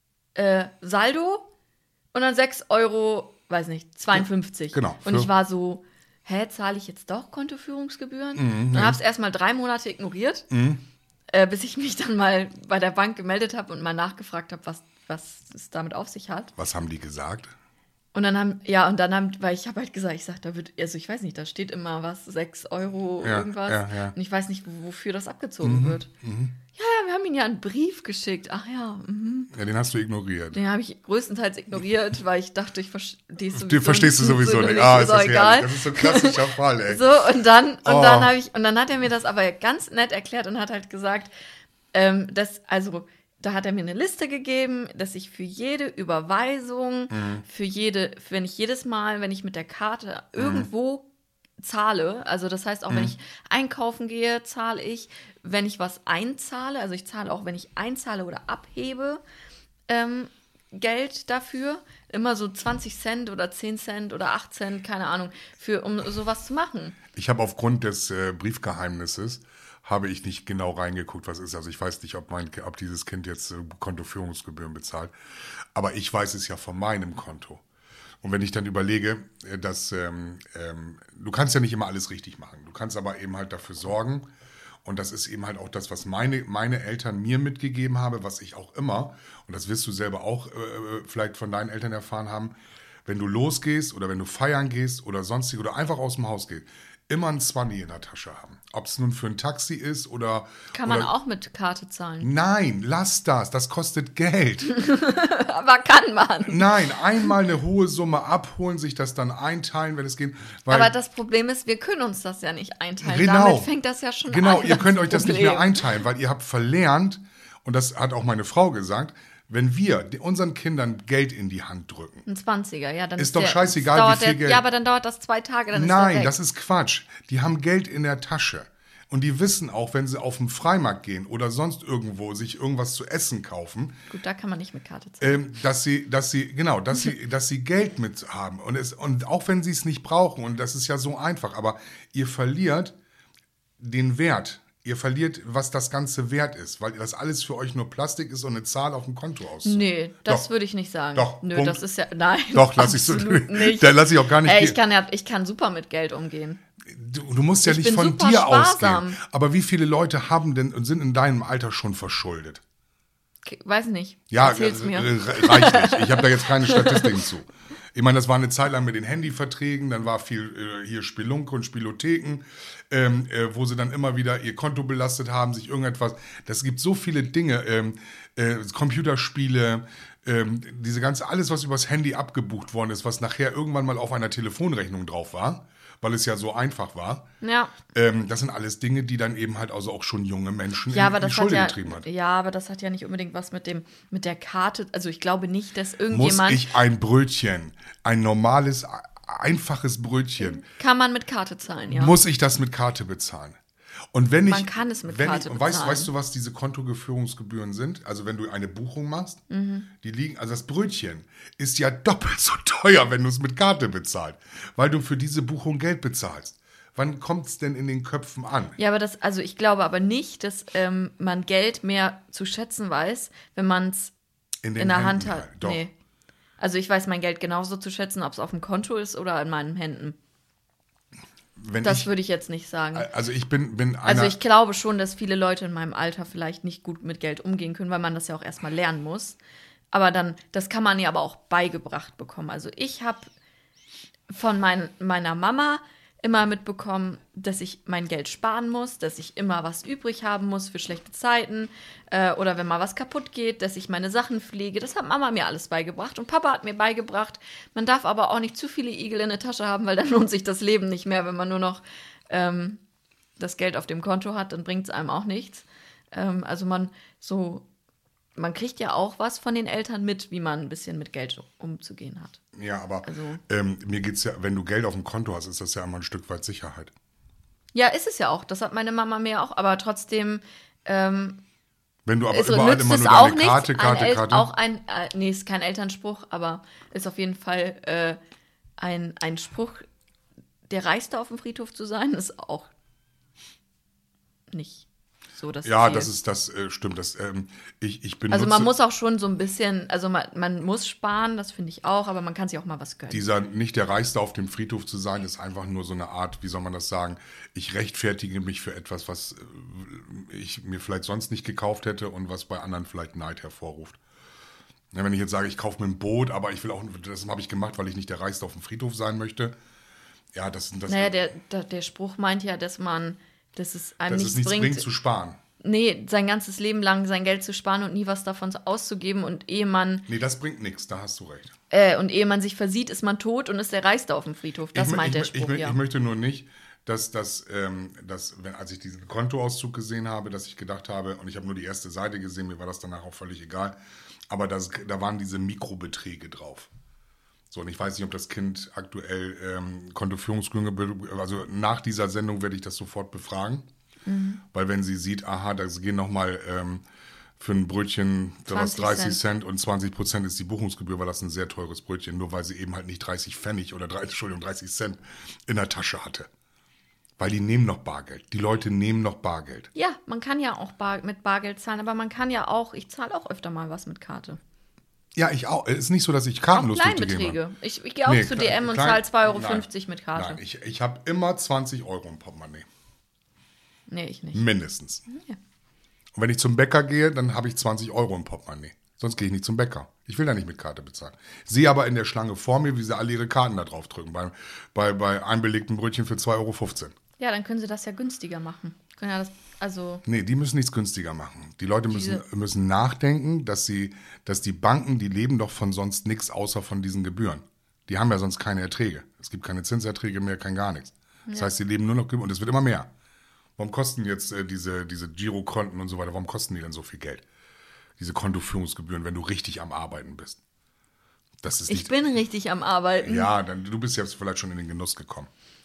äh, Saldo und dann sechs Euro, weiß nicht, zweiundfünfzig. Genau. Und ich war so, hä, zahle ich jetzt doch Kontoführungsgebühren? Mhm, dann habe ich es erstmal drei Monate ignoriert. Mhm. Äh, bis ich mich dann mal bei der Bank gemeldet habe und mal nachgefragt habe, was, was es damit auf sich hat. Was haben die gesagt? Und dann haben, ja, und dann haben, weil ich habe halt gesagt, ich sag, da wird, also ich weiß nicht, da steht immer was, sechs Euro ja, irgendwas. Ja, ja. Und ich weiß nicht, wofür das abgezogen mhm, wird. Mhm. Ja, ja, wir haben ihnen ja einen Brief geschickt. Ach ja. Mhm. Ja, den hast du ignoriert. Den habe ich größtenteils ignoriert, weil ich dachte, ich verstehe sowieso Den verstehst du sowieso nicht. nicht. Ah, ist ist das egal. Herrlich. Das ist so ein klassischer Fall, ey. So, und dann, und oh. dann habe ich, und dann hat er mir das aber ganz nett erklärt und hat halt gesagt, ähm, dass, also, da hat er mir eine Liste gegeben, dass ich für jede Überweisung, mhm. für jede, wenn ich jedes Mal, wenn ich mit der Karte mhm. irgendwo zahle, also das heißt auch, mhm. wenn ich einkaufen gehe, zahle ich, wenn ich was einzahle, also ich zahle auch, wenn ich einzahle oder abhebe, ähm, Geld dafür, immer so zwanzig Cent oder zehn Cent oder acht Cent, keine Ahnung, für, um sowas zu machen. Ich habe aufgrund des äh, Briefgeheimnisses habe ich nicht genau reingeguckt, was ist. Also ich weiß nicht, ob, mein, ob dieses Kind jetzt äh, Kontoführungsgebühren bezahlt. Aber ich weiß es ja von meinem Konto. Und wenn ich dann überlege, äh, dass ähm, ähm, du kannst ja nicht immer alles richtig machen. Du kannst aber eben halt dafür sorgen. Und das ist eben halt auch das, was meine, meine Eltern mir mitgegeben haben, was ich auch immer, und das wirst du selber auch äh, vielleicht von deinen Eltern erfahren haben, wenn du losgehst oder wenn du feiern gehst oder sonstig oder einfach aus dem Haus gehst, immer ein Zwanni in der Tasche haben. Ob es nun für ein Taxi ist oder... Kann man oder, auch mit Karte zahlen? Nein, lass das. Das kostet Geld. Aber kann man? Nein, einmal eine hohe Summe abholen, sich das dann einteilen, wenn es geht. Weil, aber das Problem ist, wir können uns das ja nicht einteilen. Genau. Damit fängt das ja schon genau, an. Genau, ihr könnt euch das das nicht mehr einteilen, weil ihr habt verlernt, und das hat auch meine Frau gesagt, wenn wir unseren Kindern Geld in die Hand drücken. Ein Zwanziger, ja. Dann ist, ist doch der, scheißegal, wie viel der, Geld. Ja, aber dann dauert das zwei Tage, dann Nein, ist der weg. Das ist Quatsch. Die haben Geld in der Tasche. Und die wissen auch, wenn sie auf den Freimarkt gehen oder sonst irgendwo sich irgendwas zu essen kaufen. Gut, da kann man nicht mit Karte zahlen. Ähm, dass sie, dass sie, genau, dass sie, dass sie Geld mit haben. Und, es, und auch wenn sie es nicht brauchen, und das ist ja so einfach, aber ihr verliert den Wert. Ihr verliert, was das Ganze wert ist, weil das alles für euch nur Plastik ist und eine Zahl auf dem Konto auszahlt. Nee, das würde ich nicht sagen. Doch, Nö, Punkt. Das ist ja, nein. Doch, lass ich so, nicht. Da lasse ich auch gar nicht. Ey, ich kann ja, ich kann super mit Geld umgehen. Du, du musst ja ich nicht bin von super dir sparsam. ausgehen. Aber wie viele Leute haben denn und sind in deinem Alter schon verschuldet? Weiß nicht. Ja, Erzähl's mir. Reichlich. Ich habe da jetzt keine Statistiken zu. Ich meine, das war eine Zeit lang mit den Handyverträgen, dann war viel äh, hier Spelunke und Spielotheken, ähm, äh, wo sie dann immer wieder ihr Konto belastet haben, sich irgendetwas. Das gibt so viele Dinge, ähm, äh, Computerspiele, ähm, diese ganze, alles, was übers Handy abgebucht worden ist, was nachher irgendwann mal auf einer Telefonrechnung drauf war, weil es ja so einfach war. Ja. Ähm, das sind alles Dinge, die dann eben halt also auch schon junge Menschen ja, in, aber in die das Schulde hat ja, getrieben hat. Ja, aber das hat ja nicht unbedingt was mit dem mit der Karte. Also ich glaube nicht, dass irgendjemand. Muss ich ein Brötchen, ein normales, einfaches Brötchen. Kann man mit Karte zahlen, ja. Muss ich das mit Karte bezahlen? Und wenn ich, man kann es mit wenn Karte ich, und bezahlen. Weißt, weißt du, was diese Kontogeführungsgebühren sind? Also wenn du eine Buchung machst, mhm. die liegen, also das Brötchen ist ja doppelt so teuer, wenn du es mit Karte bezahlst, weil du für diese Buchung Geld bezahlst. Wann kommt es denn in den Köpfen an? Ja, aber das, also ich glaube aber nicht, dass ähm, man Geld mehr zu schätzen weiß, wenn man es in, in der Hand hat. Doch. Nee. Also ich weiß mein Geld genauso zu schätzen, ob es auf dem Konto ist oder in meinen Händen. Wenn Das ich, würde ich jetzt nicht sagen. Also ich bin, bin einer... Also ich glaube schon, dass viele Leute in meinem Alter vielleicht nicht gut mit Geld umgehen können, weil man das ja auch erstmal lernen muss. Aber dann, das kann man ja aber auch beigebracht bekommen. Also ich habe von mein, meiner Mama immer mitbekommen, dass ich mein Geld sparen muss, dass ich immer was übrig haben muss für schlechte Zeiten äh, oder wenn mal was kaputt geht, dass ich meine Sachen pflege. Das hat Mama mir alles beigebracht und Papa hat mir beigebracht, man darf aber auch nicht zu viele Igel in der Tasche haben, weil dann lohnt sich das Leben nicht mehr, wenn man nur noch ähm, das Geld auf dem Konto hat, dann bringt es einem auch nichts. Ähm, also man so, man kriegt ja auch was von den Eltern mit, wie man ein bisschen mit Geld umzugehen hat. Ja, aber Also, ähm, mir geht's ja, wenn du Geld auf dem Konto hast, ist das ja immer ein Stück weit Sicherheit. ja, ist es ja auch. Das hat meine Mama mir auch. Aber trotzdem ähm, Wenn du aber es überall nützt immer es nur auch deine nichts. Karte, Karte, ein El- Karte. Auch ein, äh, nee, ist kein Elternspruch, aber ist auf jeden Fall äh, ein, ein Spruch, der Reichste auf dem Friedhof zu sein, ist auch nicht so das Ja, Ziel. das ist, das äh, stimmt. Das, ähm, ich, ich benutze Also man muss auch schon so ein bisschen, also man, man muss sparen, das finde ich auch, aber man kann sich auch mal was gönnen. dieser nicht der Reichste auf dem Friedhof zu sein, ist einfach nur so eine Art, wie soll man das sagen, ich rechtfertige mich für etwas, was äh, ich mir vielleicht sonst nicht gekauft hätte und was bei anderen vielleicht Neid hervorruft. Ja, wenn ich jetzt sage, ich kaufe mir ein Boot, aber ich will auch, das habe ich gemacht, weil ich nicht der Reichste auf dem Friedhof sein möchte. Ja, das, das, Naja, der, der, der Spruch meint ja, dass man, dass es einem dass nichts es nichts bringt, bringt zu sparen. nee, sein ganzes Leben lang sein Geld zu sparen und nie was davon auszugeben und ehe man, Nee, das bringt nichts, da hast du recht. äh, und ehe man sich versieht, ist man tot und ist der Reichste auf dem Friedhof. Das ich, meint ich, der Spruch, ich, ja. Ich möchte nur nicht, dass das, ähm, dass, wenn, als ich diesen Kontoauszug gesehen habe, dass ich gedacht habe, und ich habe nur die erste Seite gesehen, mir war das danach auch völlig egal, aber das, da waren diese Mikrobeträge drauf. So, und ich weiß nicht, ob das Kind aktuell ähm, Kontoführungsgründe, also nach dieser Sendung werde ich das sofort befragen, mhm. weil wenn sie sieht, aha, da gehen nochmal ähm, für ein Brötchen was dreißig Cent und zwanzig Prozent ist die Buchungsgebühr, weil das ein sehr teures Brötchen, nur weil sie eben halt nicht dreißig Pfennig oder dreißig, Entschuldigung, dreißig Cent in der Tasche hatte. Weil die nehmen noch Bargeld. Die Leute nehmen noch Bargeld. Ja, man kann ja auch bar, mit Bargeld zahlen, aber man kann ja auch, ich zahle auch öfter mal was mit Karte. Ja, ich auch. Es ist nicht so, dass ich Auch kartenlos durch die Kleinbeträge. Gegend mache. Ich, ich gehe auch Nee, zu klein- D M und klein- zahle zwei Euro nein, fünfzig mit Karte. Nein, ich, ich habe immer zwanzig Euro im Portemonnaie. Nee, ich nicht. Mindestens. Ja. Und wenn ich zum Bäcker gehe, dann habe ich zwanzig Euro im Portemonnaie. Sonst gehe ich nicht zum Bäcker. Ich will da nicht mit Karte bezahlen. Sehe aber in der Schlange vor mir, wie sie alle ihre Karten da drauf drücken. Bei, bei, bei einbelegten Brötchen für zwei Euro fünfzehn. Ja, dann können sie das ja günstiger machen. Können ja das, also, Nee, die müssen nichts günstiger machen. Die Leute müssen, Diese- müssen nachdenken, dass sie, dass die Banken, die leben doch von sonst nichts außer von diesen Gebühren. Die haben ja sonst keine Erträge. Es gibt keine Zinserträge mehr, kein gar nichts. Das heißt, sie leben nur noch Gebühren und es wird immer mehr. Warum kosten jetzt äh, diese, diese Girokonten und so weiter, warum kosten die denn so viel Geld? Diese Kontoführungsgebühren, wenn du richtig am Arbeiten bist. Das ist ich nicht, bin richtig am Arbeiten. ja, dann, du bist jetzt vielleicht schon in den Genuss gekommen.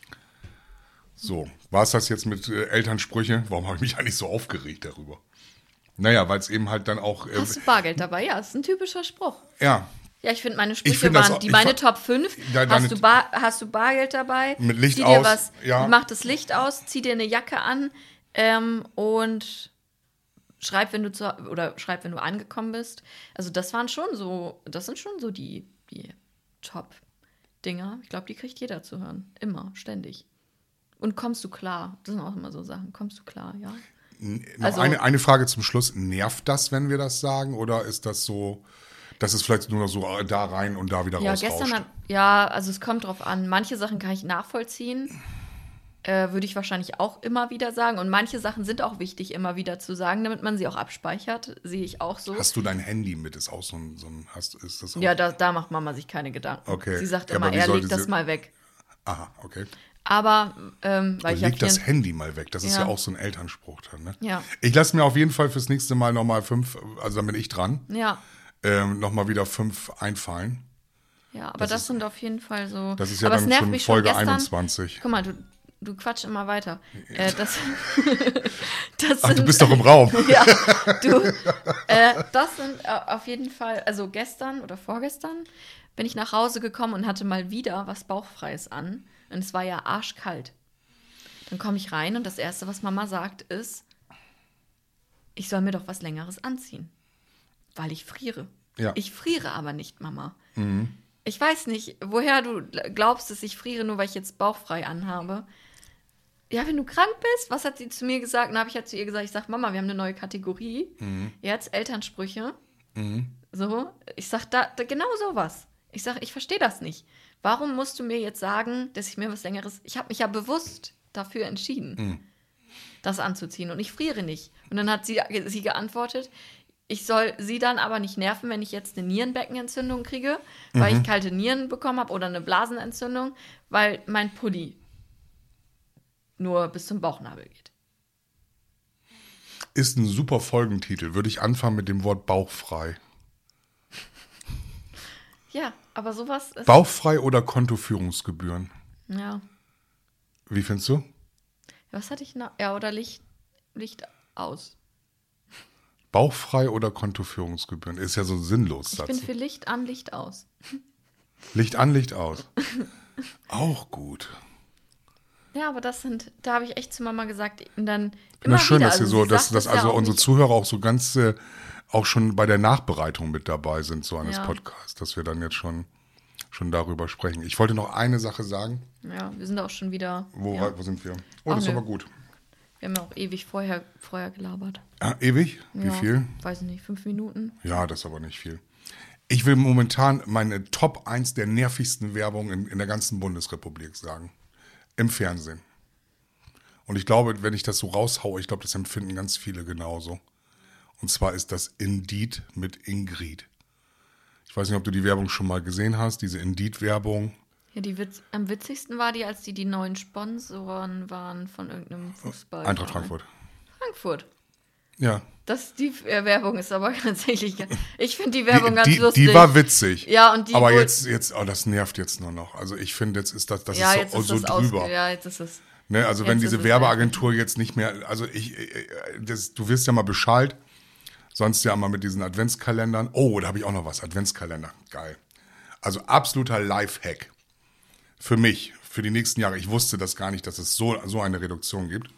So, war es das jetzt mit äh, Elternsprüche? Warum habe ich mich eigentlich so aufgeregt darüber? Naja, weil es eben halt dann auch... Äh, Hast du Bargeld dabei? Ja, das ist ein typischer Spruch. ja, Ja, ich finde, meine Sprüche find das waren auch- die ich meine fa- Top fünf. Ja, deine- hast, du Bar, hast du Bargeld dabei? Mit Licht zieh dir aus, Was, ja. Mach das Licht aus, zieh dir eine Jacke an ähm, und schreib, wenn du zu, oder schreib, wenn du angekommen bist. Also das waren schon so, das sind schon so die, die Top-Dinger. Ich glaube, die kriegt jeder zu hören. Immer, ständig. Und kommst du klar? Das sind auch immer so Sachen. Kommst du klar, ja? Noch Also- eine, eine Frage zum Schluss. Nervt das, wenn wir das sagen? Oder ist das so, dass es vielleicht nur noch so da rein und da wieder Ja, rausrauscht? gestern hat, ja, also es kommt drauf an. Manche Sachen kann ich nachvollziehen. Äh, würde ich wahrscheinlich auch immer wieder sagen. Und manche Sachen sind auch wichtig, immer wieder zu sagen, damit man sie auch abspeichert. Sehe ich auch so. Hast du dein Handy mit? Ist auch so ein, so ein hast, ist das auch? Ja, da, da macht Mama sich keine Gedanken. Okay. Sie sagt Ja, immer, aber wie er sollte legt das sie- mal weg. Aha, okay. Aber, ähm, weil ich Leg habe das hier... Handy mal weg. Das ist Ja. ja auch so ein Elternspruch dann, ne? Ja. Ich lasse mir auf jeden Fall fürs nächste Mal nochmal fünf, also dann bin ich dran, Ja, ähm, nochmal wieder fünf einfallen. ja, aber Das das, ist- sind auf jeden Fall so... Das ist ja aber es dann nervt schon mich Folge schon gestern. einundzwanzig. Guck mal, du, du quatsch immer weiter. Äh, das, das Ach, du sind- bist doch im Raum. Ja, du, äh, das sind äh, auf jeden Fall, also gestern oder vorgestern bin ich nach Hause gekommen und hatte mal wieder was Bauchfreies an. Und es war ja arschkalt. Dann komme ich rein und das Erste, was Mama sagt, ist, ich soll mir doch was Längeres anziehen, weil ich friere. Ja. Ich friere aber nicht, Mama. Mhm. Ich weiß nicht, woher du glaubst, dass ich friere, nur weil ich jetzt bauchfrei anhabe. Ja, wenn du krank bist, was hat sie zu mir gesagt? Dann habe ich ja zu ihr gesagt, ich sage, Mama, wir haben eine neue Kategorie. Mhm. Jetzt Elternsprüche. Mhm. So, ich sage, da, da genau sowas. Ich sage, ich verstehe das nicht. Warum musst du mir jetzt sagen, dass ich mir was Längeres... Ich habe mich ja bewusst dafür entschieden, mhm. das anzuziehen. Und ich friere nicht. Und dann hat sie, sie geantwortet, ich soll sie dann aber nicht nerven, wenn ich jetzt eine Nierenbeckenentzündung kriege, weil mhm. ich kalte Nieren bekommen habe oder eine Blasenentzündung, weil mein Pulli nur bis zum Bauchnabel geht. Ist ein super Folgentitel. Würde ich anfangen mit dem Wort bauchfrei. Ja, aber sowas ist... Bauchfrei oder Kontoführungsgebühren? Ja. Wie findest du? Was hatte ich noch? Ja, oder Licht, Licht aus. Bauchfrei oder Kontoführungsgebühren? Ist ja so sinnlos. Ich bin für Licht an, Licht aus. Licht an, Licht aus. Auch gut. Ja, aber das sind, da habe ich echt zu Mama gesagt, und dann immer Na schön, wieder. dass Also ihr so, sie dass, sagt dass es also ja auch unsere nicht. Zuhörer auch so ganz äh, auch schon bei der Nachbereitung mit dabei sind, so eines Ja. Podcasts, dass wir dann jetzt schon, schon darüber sprechen. Ich wollte noch eine Sache sagen. Ja, wir sind auch schon wieder... Wo, ja. wo sind wir? Oh, Ach, das ist nö. aber gut. Wir haben ja auch ewig vorher, vorher gelabert. Ah, ewig? Wie Ja, viel? Weiß ich nicht, fünf Minuten? Ja, das ist aber nicht viel. Ich will momentan meine Top eins der nervigsten Werbung in, in der ganzen Bundesrepublik sagen. Im Fernsehen. Und ich glaube, wenn ich das so raushaue, ich glaube, das empfinden ganz viele genauso. Und zwar ist das Indeed mit Ingrid. Ich weiß nicht, ob du die Werbung schon mal gesehen hast, diese Indeed-Werbung. Ja, die Witz, am witzigsten war die, als die die neuen Sponsoren waren von irgendeinem Fußball. Eintracht Frankfurt. Frankfurt. Ja. Das, die äh, Werbung ist aber tatsächlich, ich finde die Werbung die, ganz die, lustig. Die war witzig. Ja, und die aber wohl- jetzt, jetzt, oh, das nervt jetzt nur noch. Also ich finde, jetzt ist das, das ja, ist jetzt so, ist so das drüber. Ausge- ja, jetzt ist es. Ne, also Jetzt wenn ist diese es Werbeagentur jetzt nicht mehr, also ich, das, du wirst ja mal Bescheid, sonst ja mal mit diesen Adventskalendern. Oh, da habe ich auch noch was, Adventskalender, geil. Also absoluter Lifehack für mich, für die nächsten Jahre. Ich wusste das gar nicht, dass es so, so eine Reduktion gibt.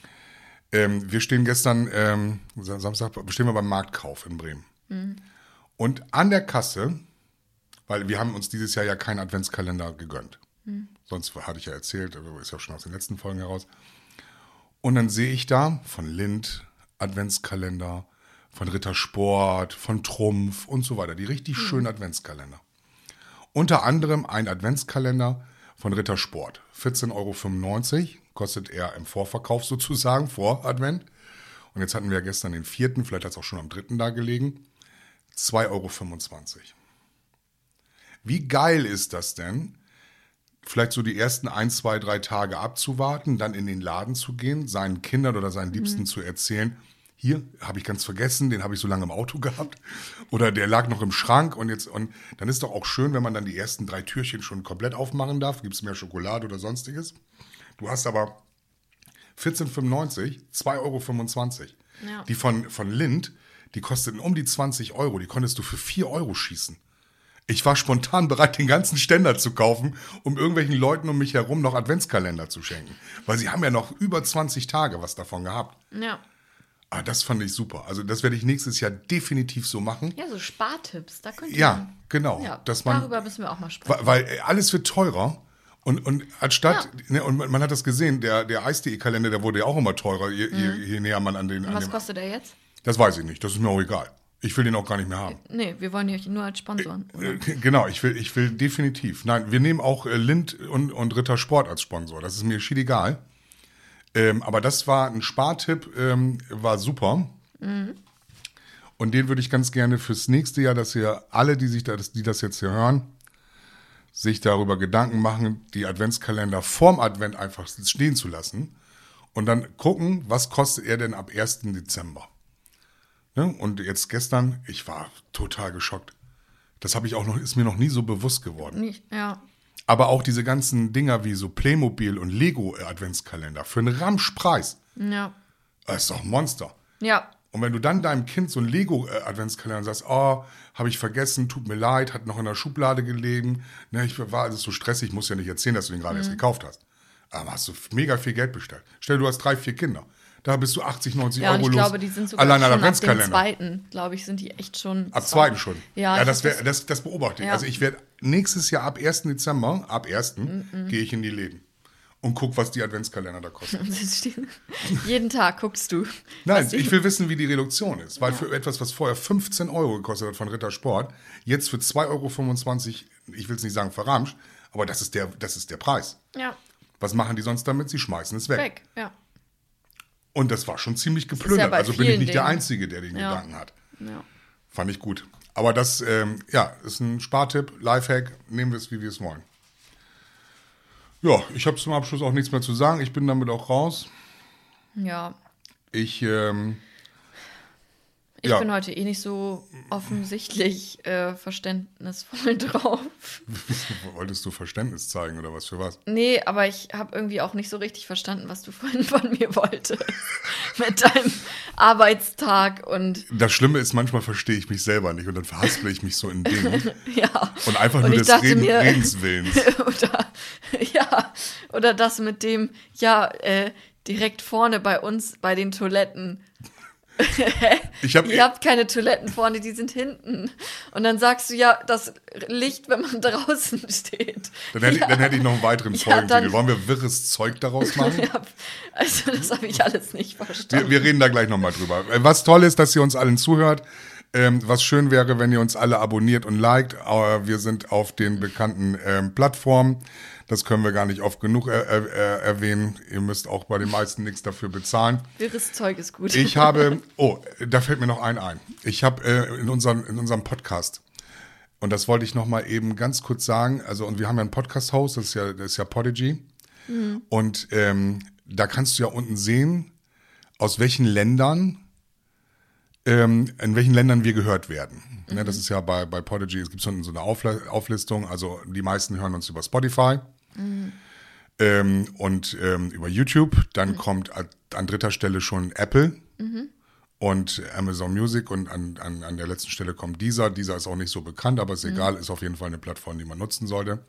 Ähm, wir stehen gestern, ähm, Samstag, stehen wir beim Marktkauf in Bremen. Mhm. Und an der Kasse, weil wir haben uns dieses Jahr ja keinen Adventskalender gegönnt. Mhm. Sonst hatte ich ja erzählt, ist ja schon aus den letzten Folgen heraus. Und dann sehe ich da von Lindt Adventskalender, von Rittersport, von Trumpf und so weiter. Die richtig mhm. schönen Adventskalender. Unter anderem ein Adventskalender von Rittersport. vierzehn Euro fünfundneunzig kostet er im Vorverkauf sozusagen, vor Advent. Und jetzt hatten wir ja gestern den vierten, vielleicht hat es auch schon am dritten da gelegen. zwei Euro fünfundzwanzig. Wie geil ist das denn? Vielleicht so die ersten ein, zwei, drei Tage abzuwarten, dann in den Laden zu gehen, seinen Kindern oder seinen Liebsten mhm. zu erzählen, hier, habe ich ganz vergessen, den habe ich so lange im Auto gehabt. Oder der lag noch im Schrank und jetzt, und dann ist doch auch schön, wenn man dann die ersten drei Türchen schon komplett aufmachen darf. Gibt es mehr Schokolade oder sonstiges. Du hast aber vierzehn Euro fünfundneunzig, zwei Euro fünfundzwanzig. Ja. Die von, von Lindt, die kosteten um die zwanzig Euro, die konntest du für vier Euro schießen. Ich war spontan bereit, den ganzen Ständer zu kaufen, um irgendwelchen Leuten um mich herum noch Adventskalender zu schenken. Weil sie haben ja noch über zwanzig Tage was davon gehabt. Ja. Ah, das fand ich super. Also das werde ich nächstes Jahr definitiv so machen. Ja, so Spartipps, da könnte Ja, man, genau. Ja, dass man, darüber müssen wir auch mal sprechen. Weil, weil alles wird teurer. Und, und anstatt, ja. ne, und man, man hat das gesehen, der, der Eis.de-Kalender, der wurde ja auch immer teurer, je, mhm. je, je näher man an den... Und an was dem, kostet der jetzt? Das weiß ich nicht, das ist mir auch egal. Ich will den auch gar nicht mehr haben. Nee, wir wollen euch nur als Sponsoren. Äh, genau, ich will, ich will definitiv. Nein, wir nehmen auch äh, Lindt und, und Rittersport als Sponsor. Das ist mir schied egal. Ähm, aber das war ein Spartipp, ähm, war super. Mhm. Und den würde ich ganz gerne fürs nächste Jahr, dass ihr alle, die sich das, die das jetzt hier hören, sich darüber Gedanken machen, die Adventskalender vorm Advent einfach stehen zu lassen und dann gucken, was kostet er denn ab ersten Dezember. Ne? Und jetzt gestern, ich war total geschockt. Das habe ich auch noch, ist mir noch nie so bewusst geworden. Nicht, ja. Aber auch diese ganzen Dinger wie so Playmobil und Lego Adventskalender für einen Ramschpreis. Ja. Das ist doch ein Monster. Ja. Und wenn du dann deinem Kind so einen Lego-Adventskalender sagst, oh, habe ich vergessen, tut mir leid, hat noch in der Schublade gelegen, ne, ich war also so stressig, muss ja nicht erzählen, dass du den gerade mhm. erst gekauft hast. Aber hast du mega viel Geld bestellt. Stell dir, du hast drei, vier Kinder. Da bist du achtzig, neunzig Ja, und Euro ich los. glaube, die sind sogar Allein schon an ab dem Adventskalender. zweiten, glaube ich, sind die echt schon. Ab zweiten schon. Ja, ja ich das, hab wär, das, das beobachte ich. Ja. Also ich werde nächstes Jahr ab ersten Dezember, ab ersten Mhm. gehe ich in die Läden und gucke, was die Adventskalender da kosten. Jeden Tag guckst du. Nein, was ich will wissen, wie die Reduktion ist. Weil für etwas, was vorher fünfzehn Euro gekostet hat von Ritter Sport, jetzt für zwei Euro fünfundzwanzig, ich will es nicht sagen verramscht, aber das ist, der, das ist der Preis. Ja, Was machen die sonst damit? Sie schmeißen es weg. weg, ja. Und das war schon ziemlich ist ja geplündert. bei also bin ich vielen nicht der Dingen. Einzige, der den Ja. Gedanken hat. ja. Fand ich gut. Aber das, ähm, ja, ist ein Spartipp, Lifehack. Nehmen wir es, wie wir es wollen. Ja, ich habe zum Abschluss auch nichts mehr zu sagen. Ich bin damit auch raus. Ja, Ich, ähm, ich ja. bin heute eh nicht so offensichtlich äh, verständnisvoll drauf. Wolltest du Verständnis zeigen oder was für was? Nee, aber ich habe irgendwie auch nicht so richtig verstanden, was du vorhin von mir wolltest. Mit deinem Arbeitstag und Das Schlimme ist, manchmal verstehe ich mich selber nicht und dann verhaspel ich mich so in Dingen. ja. Und einfach Und nur ich des dachte Reden, mir- Redenswillens. oder ja, oder das mit dem, ja, äh, direkt vorne bei uns bei den Toiletten. Ich hab, Ihr habt keine Toiletten vorne, die sind hinten. Und dann sagst du ja, das Licht, wenn man draußen steht. dann, hätte, ja. dann hätte ich noch einen weiteren Ja, Folgentitel. dann- Wollen wir wirres Zeug daraus machen? Ja, also das habe ich alles nicht verstanden. Wir, wir reden da gleich nochmal drüber. Äh, Was toll ist, dass ihr uns allen zuhört. Ähm, was schön wäre, wenn ihr uns alle abonniert und liked. Aber wir sind auf den bekannten ähm, Plattformen. Das können wir gar nicht oft genug er, er, erwähnen. Ihr müsst auch bei den meisten nichts dafür bezahlen. Wirres Zeug ist gut. Ich habe, oh, da fällt mir noch ein ein. Ich habe äh, in, unserem, in unserem Podcast, und das wollte ich noch mal eben ganz kurz sagen, also und wir haben ja einen Podcast-Host, das ist ja, das ist ja Podigy. Mhm. Und ähm, da kannst du ja unten sehen, aus welchen Ländern, ähm, in welchen Ländern wir gehört werden. Mhm. Ne, das ist ja bei, bei Podigy, es gibt so eine Aufla- Auflistung, also die meisten hören uns über Spotify. Mhm. Ähm, und ähm, über YouTube, dann mhm. kommt an, an dritter Stelle schon Apple mhm. und Amazon Music und an, an, an der letzten Stelle kommt Deezer. Deezer ist auch nicht so bekannt, aber ist mhm. egal, ist auf jeden Fall eine Plattform, die man nutzen sollte.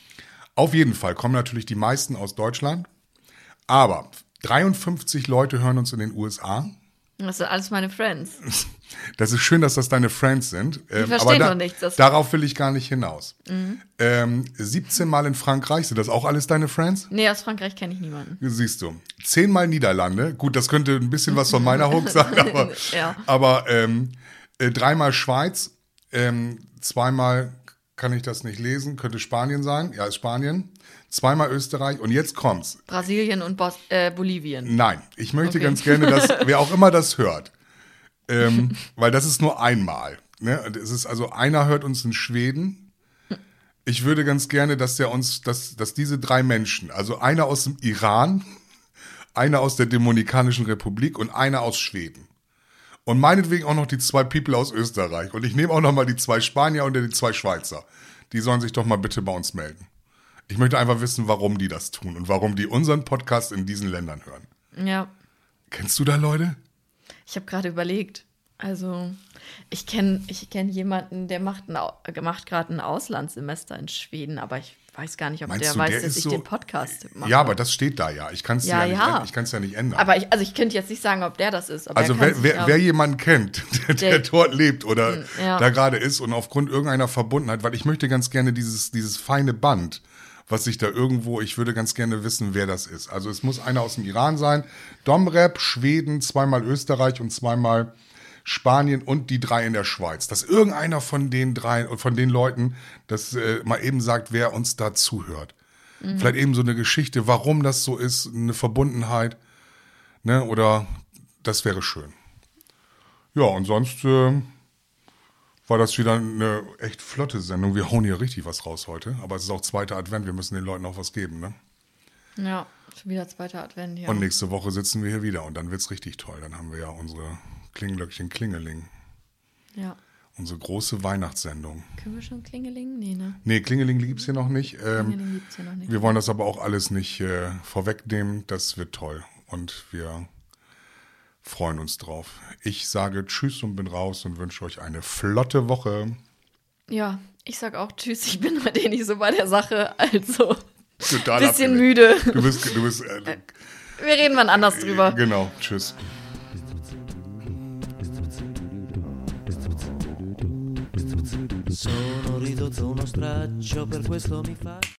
Auf jeden Fall kommen natürlich die meisten aus Deutschland, aber dreiundfünfzig Leute hören uns in den U S A. Das sind alles meine Friends. Das ist schön, dass das deine Friends sind. Die ähm, verstehen aber da, doch nichts. Das darauf will ich gar nicht hinaus. Mhm. Ähm, siebzehn Mal in Frankreich, sind das auch alles deine Friends? Nee, aus Frankreich kenne ich niemanden. Siehst du. Zehnmal Niederlande. Gut, das könnte ein bisschen was von meiner Hook sein, aber, Ja. aber ähm, äh, dreimal Schweiz, ähm, zweimal kann ich das nicht lesen, könnte Spanien sein. Ja, ist Spanien. Zweimal Österreich und jetzt kommt's. Brasilien und Bos äh, Bolivien. Nein, ich möchte Okay. ganz gerne, dass wer auch immer das hört, ähm, weil das ist nur einmal. Ne? Und es ist also einer hört uns in Schweden. Ich würde ganz gerne, dass der uns, dass, dass diese drei Menschen, also einer aus dem Iran, einer aus der Dominikanischen Republik und einer aus Schweden. Und meinetwegen auch noch die zwei People aus Österreich. Und ich nehme auch noch mal die zwei Spanier und die zwei Schweizer. Die sollen sich doch mal bitte bei uns melden. Ich möchte einfach wissen, warum die das tun und warum die unseren Podcast in diesen Ländern hören. Ja, Kennst du da Leute? ich habe gerade überlegt. Also, ich kenne ich kenn jemanden, der macht, ein Au- macht gerade ein Auslandssemester in Schweden, aber ich weiß gar nicht, ob Meinst der du, weiß, der dass ist ich so- den Podcast mache. Ja, aber das steht da ja. Ich kann es Ja, ja, ja. nicht, ich kann's ja nicht ändern. Aber ich, also ich könnte jetzt nicht sagen, ob der das ist. Aber also er kann wer, sich, wer, ja, wer jemanden kennt, der, der Der- dort lebt oder Ja. da gerade ist und aufgrund irgendeiner Verbundenheit, weil ich möchte ganz gerne dieses, dieses feine Band, was sich da irgendwo, ich würde ganz gerne wissen, wer das ist. Also es muss einer aus dem Iran sein, Domrep, Schweden, zweimal Österreich und zweimal Spanien und die drei in der Schweiz. Dass irgendeiner von den drei, von den Leuten, das äh, mal eben sagt, wer uns da zuhört. Mhm. Vielleicht eben so eine Geschichte, warum das so ist, eine Verbundenheit, ne, oder das wäre schön. Ja, und sonst äh, war das wieder eine echt flotte Sendung. Wir hauen hier richtig was raus heute, aber es ist auch zweiter Advent, wir müssen den Leuten auch was geben, ne? Ja, schon wieder zweiter Advent, ja. Und nächste Woche sitzen wir hier wieder und dann wird's richtig toll. Dann haben wir ja unsere Klingelglöckchen Klingeling, ja. unsere große Weihnachtssendung. Können wir schon Klingeling? Nee, ne? Nee, Klingeling gibt's hier noch nicht. Ähm, Klingeling gibt's ja noch nicht. wir wollen das aber auch alles nicht äh, vorwegnehmen. Das wird toll und wir freuen uns drauf. Ich sage Tschüss und bin raus und wünsche euch eine flotte Woche. Ja, ich sag auch Tschüss, ich bin heute nicht so bei der Sache, also Total bisschen abgelenkt. müde. Du bist, du bist, äh, Wir reden wann anders drüber. Genau, tschüss. Sono ridotto uno straccio, per questo mi fa